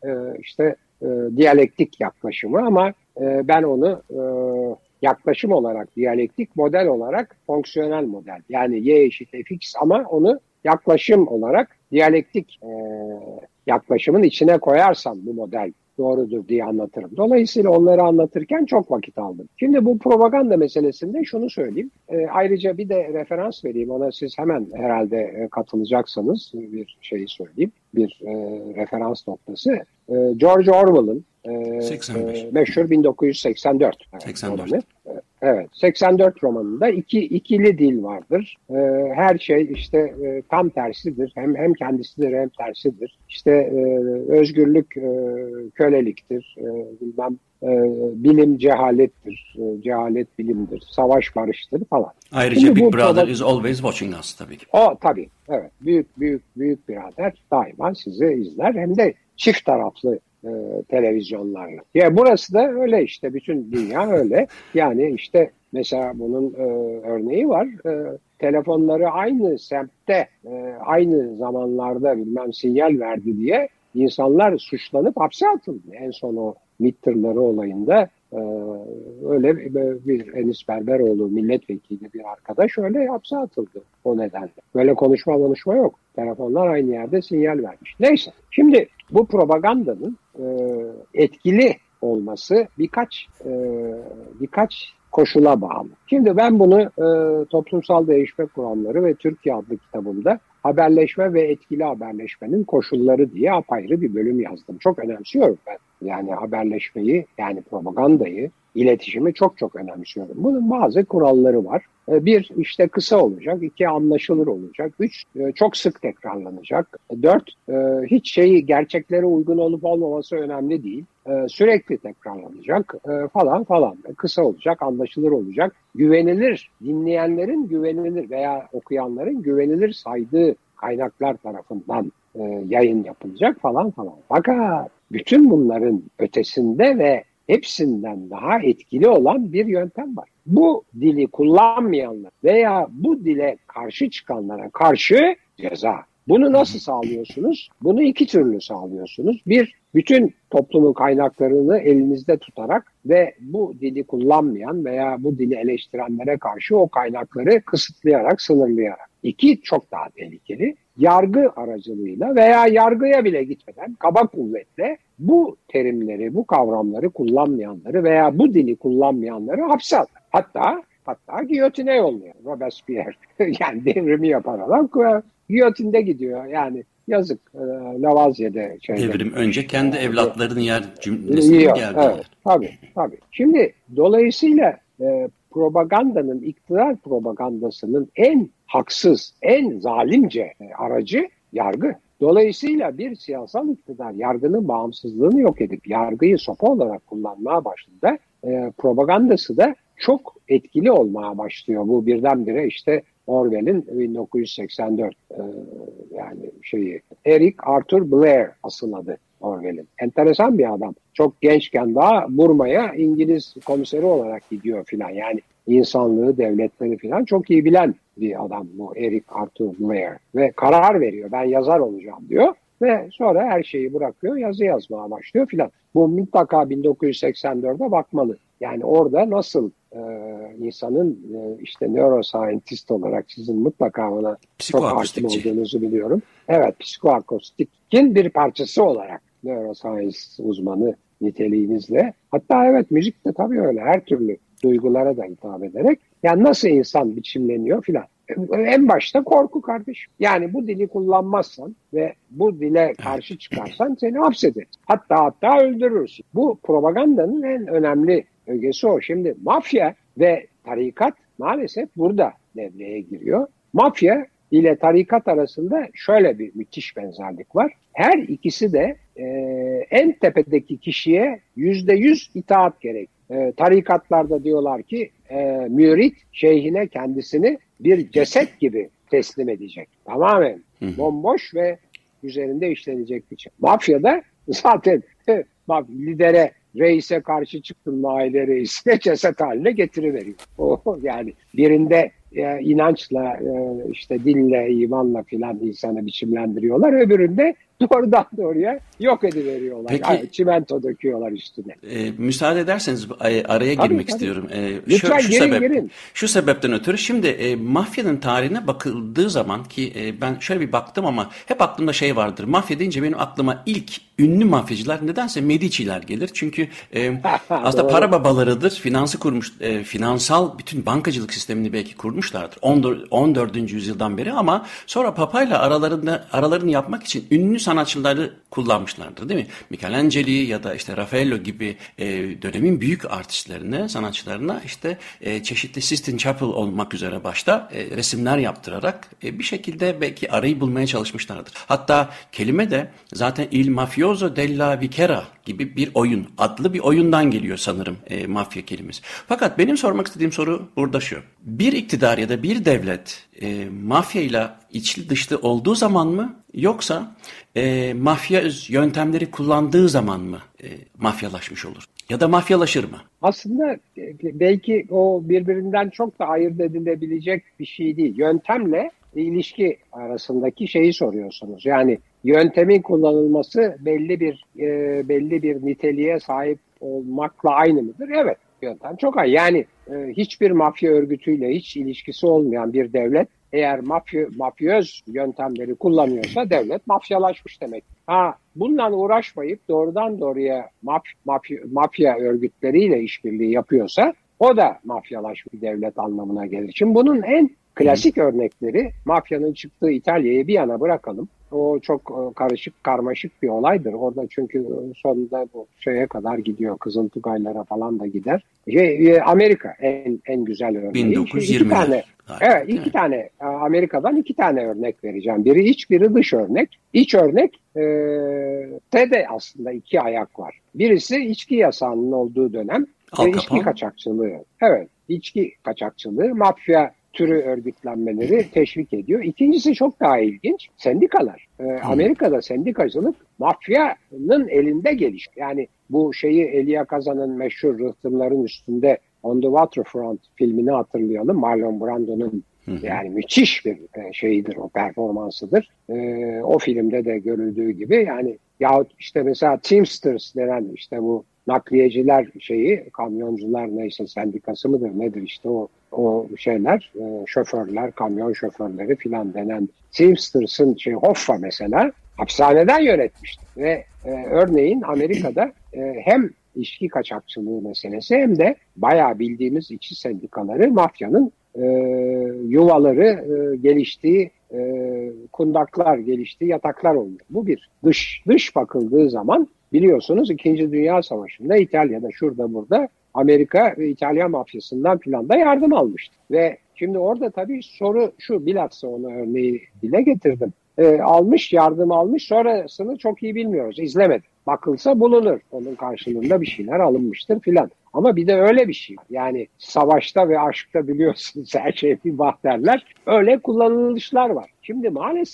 diyalektik yaklaşımı ama ben onu yaklaşım olarak diyalektik, model olarak fonksiyonel model. Yani y eşit fx ama onu yaklaşım olarak diyalektik yaklaşımın içine koyarsam bu model doğrudur diye anlatırım. Dolayısıyla onları anlatırken çok vakit aldım. Şimdi bu propaganda meselesinde şunu söyleyeyim. Ayrıca bir de referans vereyim. Ona siz hemen herhalde katılacaksanız bir şeyi söyleyeyim. Bir referans noktası. George Orwell'ın meşhur 1984. Evet, 84. Evet, 84 romanında ikili dil vardır. Her şey işte tam tersidir. Hem kendisidir hem tersidir. İşte özgürlük köleliktir. Bilim cehalettir. Cehalet bilimdir. Savaş barıştır falan. Ayrıca şimdi Big Brother is always watching us tabii ki. O tabii. Evet. Büyük birader daima sizi izler. Hem de çift taraflı televizyonlarla. Ya burası da öyle işte. Bütün dünya öyle. Yani işte mesela bunun örneği var. Telefonları aynı semtte, aynı zamanlarda bilmem sinyal verdi diye insanlar suçlanıp hapse atıldı. En son o MİT tırları olayında öyle bir Enis Berberoğlu milletvekili bir arkadaş öyle hapse atıldı o nedenle. Böyle konuşma yok. Telefonlar aynı yerde sinyal vermiş. Neyse. Şimdi bu propagandanın etkili olması birkaç koşula bağlı. Şimdi ben bunu Toplumsal Değişme Kuramları ve Türkiye adlı kitabımda haberleşme ve etkili haberleşmenin koşulları diye apayrı bir bölüm yazdım. Çok önemsiyorum ben. Yani haberleşmeyi, yani propagandayı, iletişimi çok çok önemsiyorum. Bunun bazı kuralları var. Bir, işte kısa olacak. İki, anlaşılır olacak. Üç, çok sık tekrarlanacak. Dört, hiç gerçeklere uygun olup olmaması önemli değil. Sürekli tekrarlanacak falan falan. Kısa olacak, anlaşılır olacak. Güvenilir, dinleyenlerin güvenilir veya okuyanların güvenilir saydığı kaynaklar tarafından yayın yapılacak falan falan. Fakat bütün bunların ötesinde ve hepsinden daha etkili olan bir yöntem var. Bu dili kullanmayanlar veya bu dile karşı çıkanlara karşı ceza. Bunu nasıl sağlıyorsunuz? Bunu iki türlü sağlıyorsunuz. Bir, bütün toplumun kaynaklarını elinizde tutarak ve bu dili kullanmayan veya bu dili eleştirenlere karşı o kaynakları kısıtlayarak, sınırlayarak. İki, çok daha tehlikeli. Yargı aracılığıyla veya yargıya bile gitmeden kaba kuvvetle bu terimleri, bu kavramları kullanmayanları veya bu dili kullanmayanları hapse atar. Hatta giyotine yolluyor Robespierre. Yani devrimi yapan adam giyotinde gidiyor. Yani yazık Lavazya'da. Devrim önce kendi evlatlarını yer cümlesine geldi. Evet, tabii. Şimdi dolayısıyla propagandanın, iktidar propagandasının en haksız, en zalimce aracı yargı. Dolayısıyla bir siyasal iktidar yargının bağımsızlığını yok edip yargıyı sopa olarak kullanmaya başladığında propagandası da çok etkili olmaya başlıyor. Bu birdenbire işte Orwell'in 1984 yani Eric Arthur Blair asıl adı Orwell'in. Enteresan bir adam. Çok gençken daha Burma'ya İngiliz komiseri olarak gidiyor filan. Yani insanlığı, devletleri filan çok iyi bilen bir adam bu Eric Arthur Blair. Ve karar veriyor. Ben yazar olacağım diyor. Ve sonra her şeyi bırakıyor, yazı yazmaya başlıyor filan. Bu mutlaka 1984'e bakmalı. Yani orada nasıl insanın işte neuroscientist olarak sizin mutlaka ona çok hakim olduğunuzu biliyorum. Evet, psikoakostikin bir parçası olarak neuroscience uzmanı niteliğinizle. Hatta evet, müzik de tabii öyle, her türlü duygulara da hitap ederek. Yani nasıl insan biçimleniyor filan. En başta korku kardeşim. Yani bu dili kullanmazsan ve bu dile karşı çıkarsan seni hapseder. Hatta öldürürsün. Bu propagandanın en önemli ögesi o. Şimdi mafya ve tarikat maalesef burada devreye giriyor. Mafya ile tarikat arasında şöyle bir müthiş benzerlik var. Her ikisi de en tepedeki kişiye %100 itaat gerek. Tarikatlarda diyorlar ki mürit şeyhine kendisini bir ceset gibi teslim edecek. Tamamen bomboş ve üzerinde işlenecek bir şey. Mafyada zaten lidere, reise karşı çıktın mı aile reisine ceset haline getiriveriyor. Yani birinde inançla, işte dille, imanla filan insanı biçimlendiriyorlar. Öbüründe doğrudan doğruya yok ediveriyorlar. Peki, yani çimento döküyorlar üstüne. Müsaade ederseniz araya girmek istiyorum. Lütfen girin. Şu sebepten ötürü şimdi mafyanın tarihine bakıldığı zaman ki ben şöyle bir baktım ama hep aklımda şey vardır. Mafya deyince benim aklıma ilk ünlü mafyacılar nedense Medici'ler gelir. Çünkü aslında para babalarıdır. Finansı kurmuş, finansal bütün bankacılık sistemini belki kurmuşlardır. 14. yüzyıldan beri ama sonra papayla aralarını yapmak için ünlü sanatçıları kullanmışlardır, değil mi? Michelangelo ya da işte Raffaello gibi dönemin büyük artistlerine, sanatçılarına işte çeşitli Sistine Chapel olmak üzere başta resimler yaptırarak bir şekilde belki arayı bulmaya çalışmışlardır. Hatta kelime de zaten Il Mafioso della Viquera gibi bir oyun, adlı bir oyundan geliyor sanırım mafya kelimesi. Fakat benim sormak istediğim soru burada şu. Bir iktidar ya da bir devlet mafyayla içli dışlı olduğu zaman mı yoksa mafya yöntemleri kullandığı zaman mı mafyalaşmış olur? Ya da mafyalaşır mı? Aslında belki o birbirinden çok da ayırt edilebilecek bir şey değil. Yöntemle ilişki arasındaki şeyi soruyorsunuz. Yani yöntemin kullanılması belli bir niteliğe sahip olmakla aynı mıdır? Evet, yöntem çok aynı. Yani hiçbir mafya örgütüyle hiç ilişkisi olmayan bir devlet eğer mafyöz yöntemleri kullanıyorsa devlet mafyalaşmış demek. Bununla uğraşmayıp doğrudan doğruya mafya örgütleriyle işbirliği yapıyorsa o da mafyalaşmış bir devlet anlamına gelir. Şimdi bunun en Klasik örnekleri, mafyanın çıktığı İtalya'yı bir yana bırakalım. O çok karışık, karmaşık bir olaydır. Orada çünkü sonunda bu şeye kadar gidiyor. Kızıltugaylara falan da gider. Amerika en güzel örneği. 1920'ler. Evet, iki tane Amerika'dan 2 tane örnek vereceğim. Biri iç, biri dış örnek. İç örnek de aslında 2 ayak var. Birisi içki yasağının olduğu dönem ve içki kaçakçılığı. Evet, içki kaçakçılığı, mafya türü örgütlenmeleri teşvik ediyor. İkincisi çok daha ilginç. Sendikalar. Amerika'da sendikacılık mafyanın elinde gelişiyor. Yani bu şeyi Elia Kazan'ın meşhur Rıhtımların Üstünde On the Waterfront filmini hatırlayalım. Marlon Brando'nun yani müthiş bir şeyidir, o performansıdır. O filmde de görüldüğü gibi yani yahut işte mesela Teamsters denen işte bu nakliyeciler kamyoncular neyse sendikası mıdır nedir işte o şeyler, şoförler, kamyon şoförleri filan denen Teamsters'ın Hoffa mesela hapishaneden yönetmişti ve örneğin Amerika'da hem içki kaçakçılığı meselesi hem de bayağı bildiğimiz işçi sendikaları mafyanın yuvaları, geliştiği kundaklar, geliştiği yataklar oluyor. Bu bir. Dış bakıldığı zaman biliyorsunuz 2. Dünya Savaşı'nda İtalya'da şurada burada Amerika ve İtalyan mafyasından filan da yardım almıştı. Ve şimdi orada tabii soru şu, bilhassa onu örneği dile getirdim. Yardım almış, sonrasını çok iyi bilmiyoruz, izlemedim. Bakılsa bulunur. Onun karşılığında bir şeyler alınmıştır filan. Ama bir de öyle bir şey var. Yani savaşta ve aşkta biliyorsunuz her şey bir bah derler. Öyle kullanılışlar var. Şimdi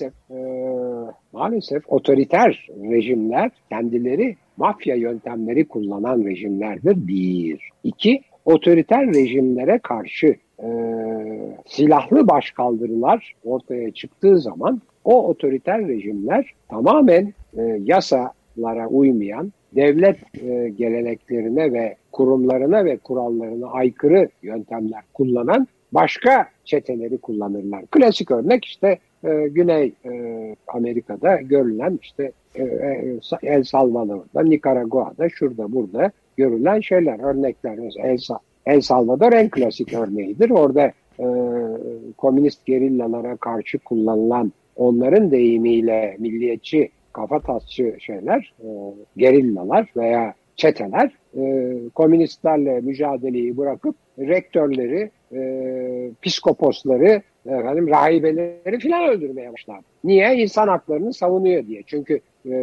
maalesef otoriter rejimler kendileri mafya yöntemleri kullanan rejimlerdir. 1. 2. Otoriter rejimlere karşı silahlı başkaldırılar ortaya çıktığı zaman o otoriter rejimler tamamen yasalara uymayan, devlet geleneklerine ve kurumlarına ve kurallarına aykırı yöntemler kullanan başka çeteleri kullanırlar. Klasik örnek işte Güney Amerika'da görülen işte El Salvador'da, Nikaragua'da, şurada burada görülen şeyler, örnekler. Mesela El Salvador en klasik örneğidir. Orada komünist gerillalara karşı kullanılan, onların deyimiyle milliyetçi, kafatasçı gerillalar veya çeteler komünistlerle mücadeleyi bırakıp rektörleri, piskoposları, rahibeleri filan öldürmeye başladı. Niye? İnsan haklarını savunuyor diye. Çünkü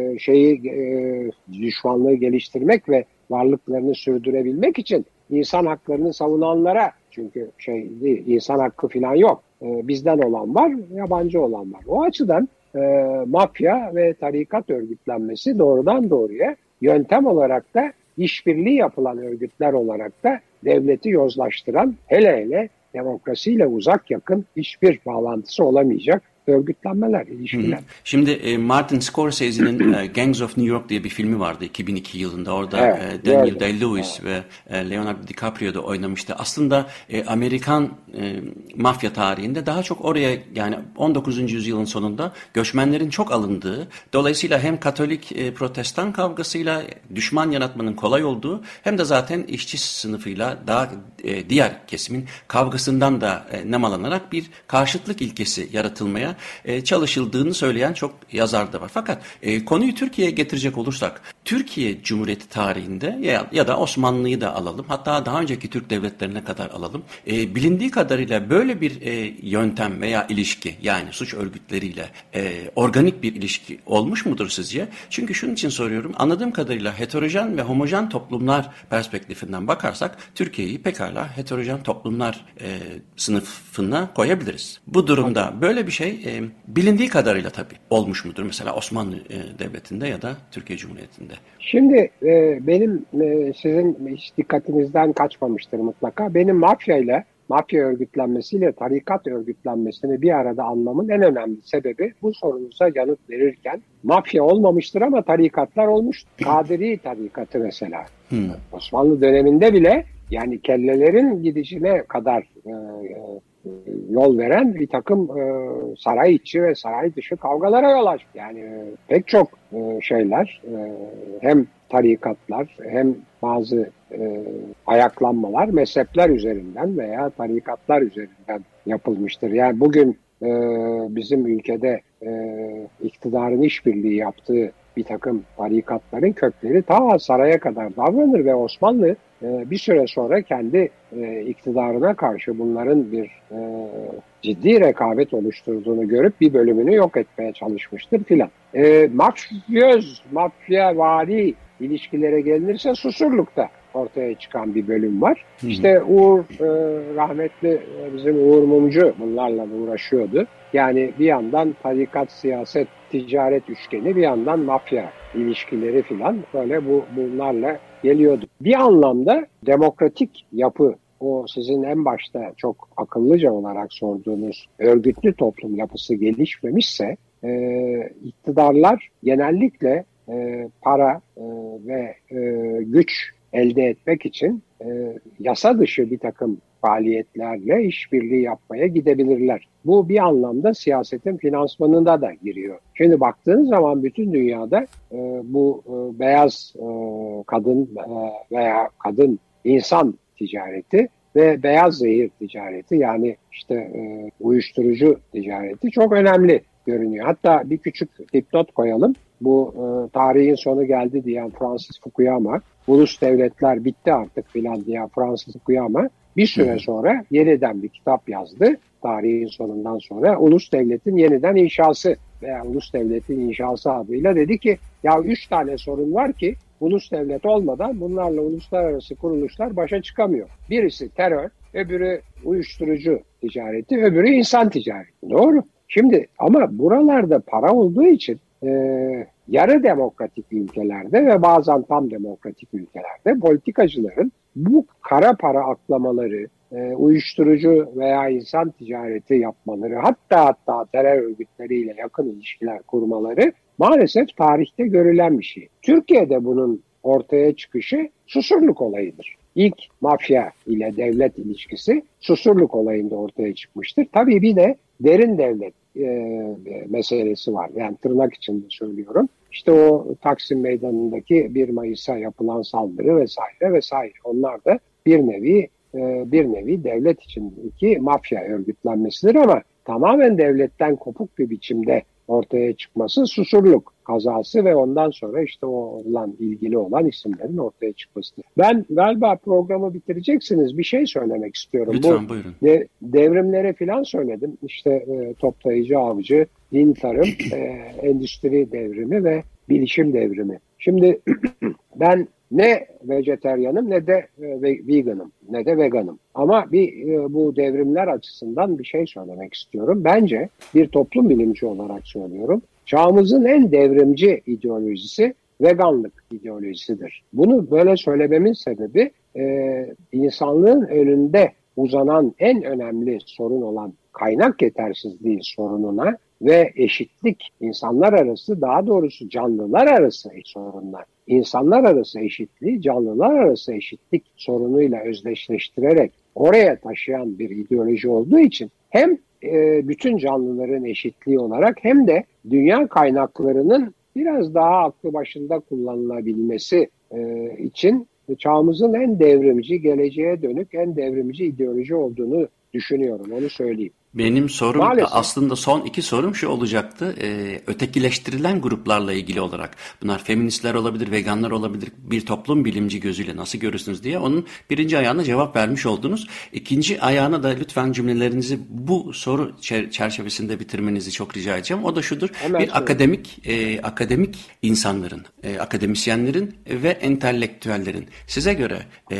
düşmanlığı geliştirmek ve varlıklarını sürdürebilmek için insan haklarını savunanlara, çünkü insan hakkı filan yok. Bizden olan var, yabancı olan var. O açıdan mafya ve tarikat örgütlenmesi doğrudan doğruya yöntem olarak da işbirliği yapılan örgütler olarak da devleti yozlaştıran, hele demokrasiyle uzak yakın hiçbir bağlantısı olamayacak örgütlenmeler, ilişkiler. Şimdi Martin Scorsese'nin Gangs of New York diye bir filmi vardı 2002 yılında. Orada Daniel Day-Lewis ve Leonardo DiCaprio da oynamıştı. Aslında Amerikan mafya tarihinde daha çok oraya, yani 19. yüzyılın sonunda göçmenlerin çok alındığı, dolayısıyla hem Katolik Protestan kavgasıyla düşman yaratmanın kolay olduğu, hem de zaten işçi sınıfıyla daha diğer kesimin kavgasından da nemalanarak bir karşıtlık ilkesi yaratılmaya çalışıldığını söyleyen çok yazar da var. Fakat konuyu Türkiye'ye getirecek olursak, Türkiye Cumhuriyeti tarihinde ya da Osmanlı'yı da alalım, hatta daha önceki Türk devletlerine kadar alalım. Bilindiği kadarıyla böyle bir yöntem veya ilişki, yani suç örgütleriyle organik bir ilişki olmuş mudur sizce? Çünkü şunun için soruyorum. Anladığım kadarıyla heterojen ve homojen toplumlar perspektifinden bakarsak Türkiye'yi pekala heterojen toplumlar sınıfına koyabiliriz. Bu durumda böyle bir şey bilindiği kadarıyla tabii olmuş mudur? Mesela Osmanlı Devleti'nde ya da Türkiye Cumhuriyeti'nde. Şimdi benim sizin hiç dikkatinizden kaçmamıştır mutlaka. Benim mafya örgütlenmesiyle tarikat örgütlenmesini bir arada almamın en önemli sebebi, bu sorunuza yanıt verirken, mafya olmamıştır ama tarikatlar olmuştur. Kadiri tarikatı mesela. Osmanlı döneminde bile yani kellelerin gidişine kadar yol veren bir takım saray içi ve saray dışı kavgalara yol açtı. Yani pek çok şeyler, hem tarikatlar hem bazı ayaklanmalar mezhepler üzerinden veya tarikatlar üzerinden yapılmıştır. Yani bugün bizim ülkede iktidarın işbirliği yaptığı bir takım tarikatların kökleri ta saraya kadar davranır ve Osmanlı bir süre sonra kendi iktidarına karşı bunların bir ciddi rekabet oluşturduğunu görüp bir bölümünü yok etmeye çalışmıştır filan. Mafyavari ilişkilere gelinirse Susurluk'ta ortaya çıkan bir bölüm var. İşte rahmetli bizim Uğur Mumcu bunlarla uğraşıyordu. Yani bir yandan tarikat, siyaset, ticaret üçgeni, bir yandan mafya ilişkileri filan böyle bunlarla geliyordu. Bir anlamda demokratik yapı, o sizin en başta çok akıllıca olarak sorduğunuz örgütlü toplum yapısı gelişmemişse iktidarlar genellikle para ve güç elde etmek için yasa dışı bir takım faaliyetlerle işbirliği yapmaya gidebilirler. Bu bir anlamda siyasetin finansmanında da giriyor. Şimdi baktığınız zaman bütün dünyada bu beyaz kadın veya kadın insan ticareti ve beyaz zehir ticareti, yani işte uyuşturucu ticareti çok önemli görünüyor. Hatta bir küçük dipnot koyalım. Bu tarihin sonu geldi diyen Francis Fukuyama, ulus devletler bitti artık filan diyen Francis Fukuyama bir süre sonra yeniden bir kitap yazdı. Tarihin sonundan sonra ulus devletin yeniden inşası veya ulus devletin inşası adıyla dedi ki ya 3 tane sorun var ki ulus devlet olmadan bunlarla uluslararası kuruluşlar başa çıkamıyor. Birisi terör, öbürü uyuşturucu ticareti, öbürü insan ticareti. Doğru. Şimdi ama buralarda para olduğu için yarı demokratik ülkelerde ve bazen tam demokratik ülkelerde politikacıların bu kara para aklamaları, uyuşturucu veya insan ticareti yapmaları, hatta terör örgütleriyle yakın ilişkiler kurmaları maalesef tarihte görülen bir şey. Türkiye'de bunun ortaya çıkışı Susurluk olayıdır. İlk mafya ile devlet ilişkisi Susurluk olayında ortaya çıkmıştır. Tabii bir de derin devlet meselesi var. Yani tırnak içinde söylüyorum. İşte o Taksim Meydanı'ndaki 1 Mayıs'a yapılan saldırı vesaire vesaire. Onlar da bir nevi devlet içindeki mafya örgütlenmesidir ama tamamen devletten kopuk bir biçimde ortaya çıkması Susurluk kazası ve ondan sonra işte ilgili olan isimlerin ortaya çıkmasıdır. Ben galiba programı bitireceksiniz. Bir şey söylemek istiyorum. Lütfen buyurun. Devrimleri falan söyledim. İşte toplayıcı avcı, din tarım, endüstri devrimi ve bilişim devrimi. Şimdi ben ne vejeteryanım ne de veganım ne de veganım. Ama bu devrimler açısından bir şey söylemek istiyorum. Bence bir toplum bilimci olarak söylüyorum. Çağımızın en devrimci ideolojisi veganlık ideolojisidir. Bunu böyle söylememin sebebi insanlığın önünde uzanan en önemli sorun olan kaynak yetersizliği sorununa ve eşitlik, insanlar arası, daha doğrusu canlılar arası sorunlar, insanlar arası eşitliği canlılar arası eşitlik sorunuyla özdeşleştirerek oraya taşıyan bir ideoloji olduğu için hem bütün canlıların eşitliği olarak hem de dünya kaynaklarının biraz daha aklı başında kullanılabilmesi için çağımızın en devrimci, geleceğe dönük en devrimci ideoloji olduğunu düşünüyorum. Onu söyleyeyim. Benim sorum maalesef aslında son 2 sorum şu olacaktı. Ötekileştirilen gruplarla ilgili olarak bunlar feministler olabilir, veganlar olabilir, bir toplum bilimci gözüyle nasıl görürsünüz diye onun birinci ayağına cevap vermiş oldunuz. İkinci ayağına da lütfen cümlelerinizi bu soru çerçevesinde bitirmenizi çok rica edeceğim. O da şudur. Hemen bir akademik insanların, akademisyenlerin ve entelektüellerin size göre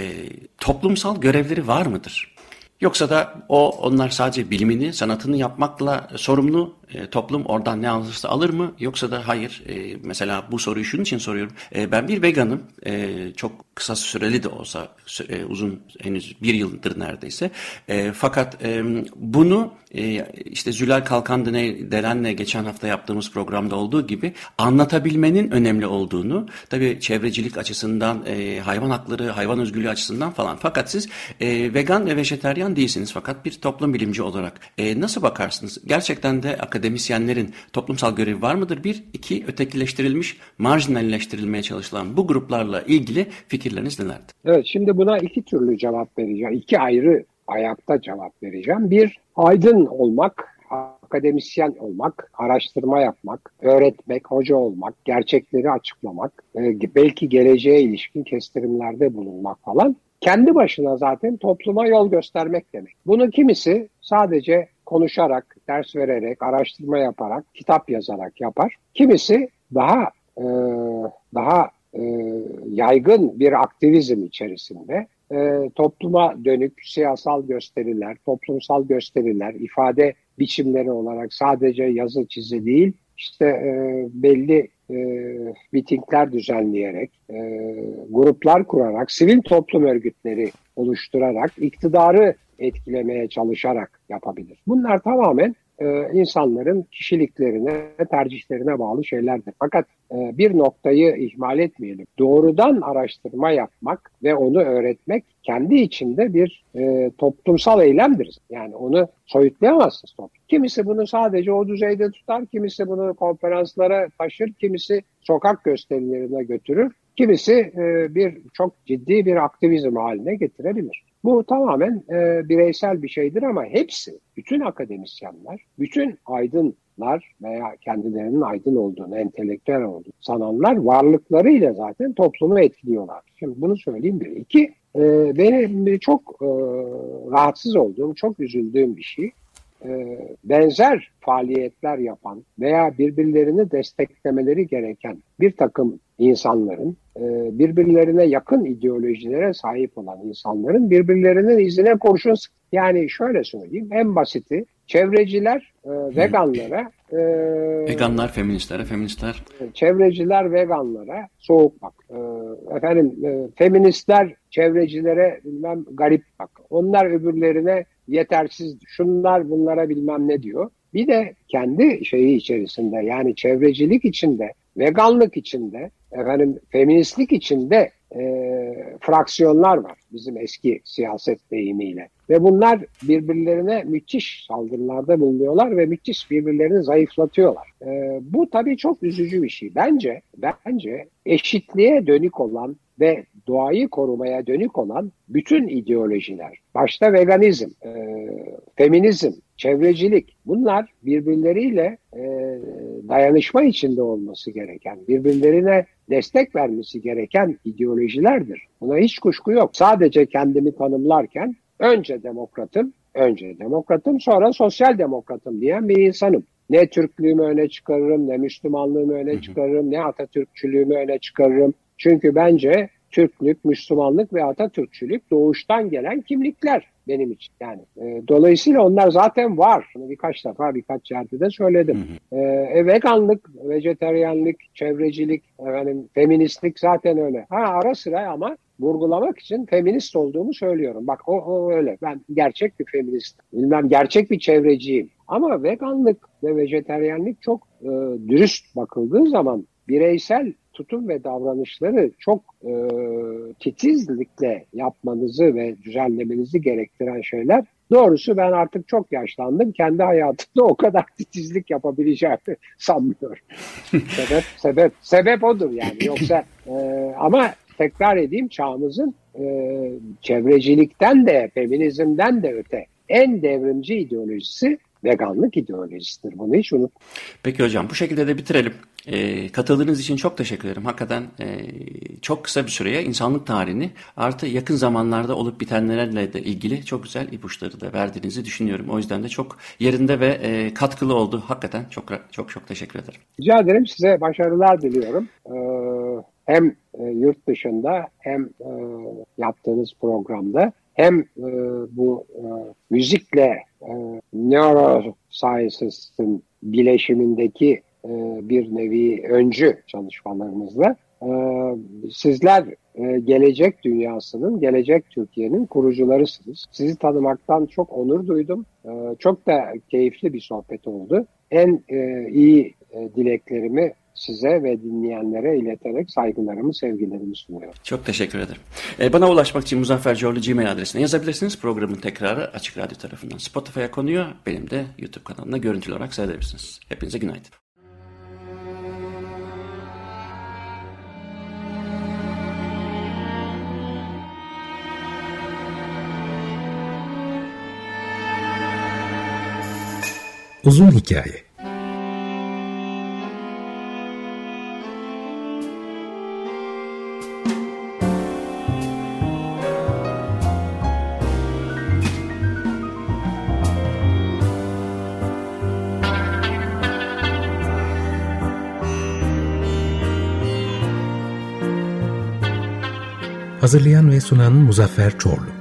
toplumsal görevleri var mıdır? Yoksa da onlar sadece bilimini, sanatını yapmakla sorumlu, toplum oradan ne alırsa alır mı? Yoksa da hayır, mesela bu soruyu şunun için soruyorum. Ben bir veganım, çok kısa süreli de olsa, uzun henüz 1 yıldır neredeyse. Fakat bunu işte Zülal Kalkan Deren'le geçen hafta yaptığımız programda olduğu gibi anlatabilmenin önemli olduğunu, tabii çevrecilik açısından, hayvan hakları, hayvan özgürlüğü açısından falan. Fakat siz vegan ve vejeteryan değilsiniz fakat bir toplum bilimci olarak nasıl bakarsınız? Gerçekten de akademisyenlerin toplumsal görevi var mıdır? Bir, iki, ötekileştirilmiş, marjinalleştirilmeye çalışılan bu gruplarla ilgili fikirleriniz nelerdir? Evet, şimdi buna iki türlü cevap vereceğim. İki ayrı ayakta cevap vereceğim. Bir, aydın olmak, akademisyen olmak, araştırma yapmak, öğretmek, hoca olmak, gerçekleri açıklamak, belki geleceğe ilişkin kestirimlerde bulunmak falan. Kendi başına zaten topluma yol göstermek demek. Bunu kimisi sadece konuşarak, ders vererek, araştırma yaparak, kitap yazarak yapar. Kimisi daha yaygın bir aktivizm içerisinde topluma dönük siyasal gösteriler, toplumsal gösteriler, ifade biçimleri olarak sadece yazı çizi değil, işte belli mitingler düzenleyerek, gruplar kurarak, sivil toplum örgütleri oluşturarak, iktidarı etkilemeye çalışarak yapabilir. Bunlar tamamen insanların kişiliklerine, tercihlerine bağlı şeylerdir. Fakat bir noktayı ihmal etmeyelim. Doğrudan araştırma yapmak ve onu öğretmek kendi içinde bir toplumsal eylemdir. Yani onu soyutlayamazsınız. Kimisi bunu sadece o düzeyde tutar, kimisi bunu konferanslara taşır, kimisi sokak gösterilerine götürür, kimisi çok ciddi bir aktivizm haline getirebilir. Bu tamamen bireysel bir şeydir ama hepsi, bütün akademisyenler, bütün aydınlar veya kendilerinin aydın olduğunu, entelektüel olduğunu sananlar varlıklarıyla zaten toplumu etkiliyorlar. Şimdi bunu söyleyeyim bir. İki, benim çok rahatsız olduğum, çok üzüldüğüm bir şey. Benzer faaliyetler yapan veya birbirlerini desteklemeleri gereken bir takım insanların, birbirlerine yakın ideolojilere sahip olan insanların birbirlerinin izine kurşun sık. Yani şöyle söyleyeyim, en basiti çevreciler veganlara, veganlar feministlere, feministler çevreciler veganlara soğuk bak. Feministler çevrecilere bilmem garip bak. Onlar öbürlerine yetersiz. Şunlar bunlara bilmem ne diyor. Bir de kendi şeyi içerisinde, yani çevrecilik içinde, veganlık içinde, feministlik içinde fraksiyonlar var bizim eski siyaset deyimiyle. Ve bunlar birbirlerine müthiş saldırılarda bulunuyorlar ve müthiş birbirlerini zayıflatıyorlar. Bu tabii çok üzücü bir şey. Bence eşitliğe dönük olan ve doğayı korumaya dönük olan bütün ideolojiler, başta veganizm, feminizm, çevrecilik, bunlar birbirleriyle dayanışma içinde olması gereken, birbirlerine destek vermesi gereken ideolojilerdir. Buna hiç kuşku yok. Sadece kendimi tanımlarken önce demokratım, sonra sosyal demokratım diyen bir insanım. Ne Türklüğümü öne çıkarırım, ne Müslümanlığımı öne çıkarırım, ne Atatürkçülüğümü öne çıkarırım. Çünkü bence Türklük, Müslümanlık ve Atatürkçülük doğuştan gelen kimlikler benim için. Yani dolayısıyla onlar zaten var. Bunu birkaç yerde de söyledim. Veganlık, vejeteryanlık, çevrecilik, feministlik zaten öyle. Ara sıra ama vurgulamak için feminist olduğumu söylüyorum. Bak o öyle. Ben gerçek bir feministim. Bilmem, gerçek bir çevreciyim. Ama veganlık ve vejeteryanlık çok dürüst bakıldığı zaman bireysel tutum ve davranışları çok titizlikle yapmanızı ve düzenlemenizi gerektiren şeyler. Doğrusu ben artık çok yaşlandım. Kendi hayatımda o kadar titizlik yapabileceğimi sanmıyorum. Sebep odur yani. Yoksa ama tekrar edeyim, çağımızın çevrecilikten de feminizmden de öte en devrimci ideolojisi veganlık ideolojisidir. Bunu hiç unutmayın. Peki hocam, bu şekilde de bitirelim. Katıldığınız için çok teşekkür ederim. Hakikaten çok kısa bir süreye insanlık tarihini artı yakın zamanlarda olup bitenlerle de ilgili çok güzel ipuçları da verdiğinizi düşünüyorum. O yüzden de çok yerinde ve katkılı oldu. Hakikaten çok teşekkür ederim. Rica ederim. Size başarılar diliyorum. Hem yurt dışında hem yaptığınız programda hem bu müzikle neurosciences'in bileşimindeki bir nevi öncü çalışmalarınızla sizler gelecek dünyasının, gelecek Türkiye'nin kurucularısınız. Sizi tanımaktan çok onur duydum. Çok da keyifli bir sohbet oldu. En iyi dileklerimi size ve dinleyenlere ileterek saygılarımı, sevgilerimi sunuyorum. Çok teşekkür ederim. Bana ulaşmak için Muzaffer Çorlu Gmail adresine yazabilirsiniz. Programın tekrarı Açık Radyo tarafından Spotify'a konuyor. Benim de YouTube kanalında görüntülü olarak seyredebilirsiniz. Hepinize günaydın. Uzun hikaye. Hazırlayan ve sunan Muzaffer Çorlu.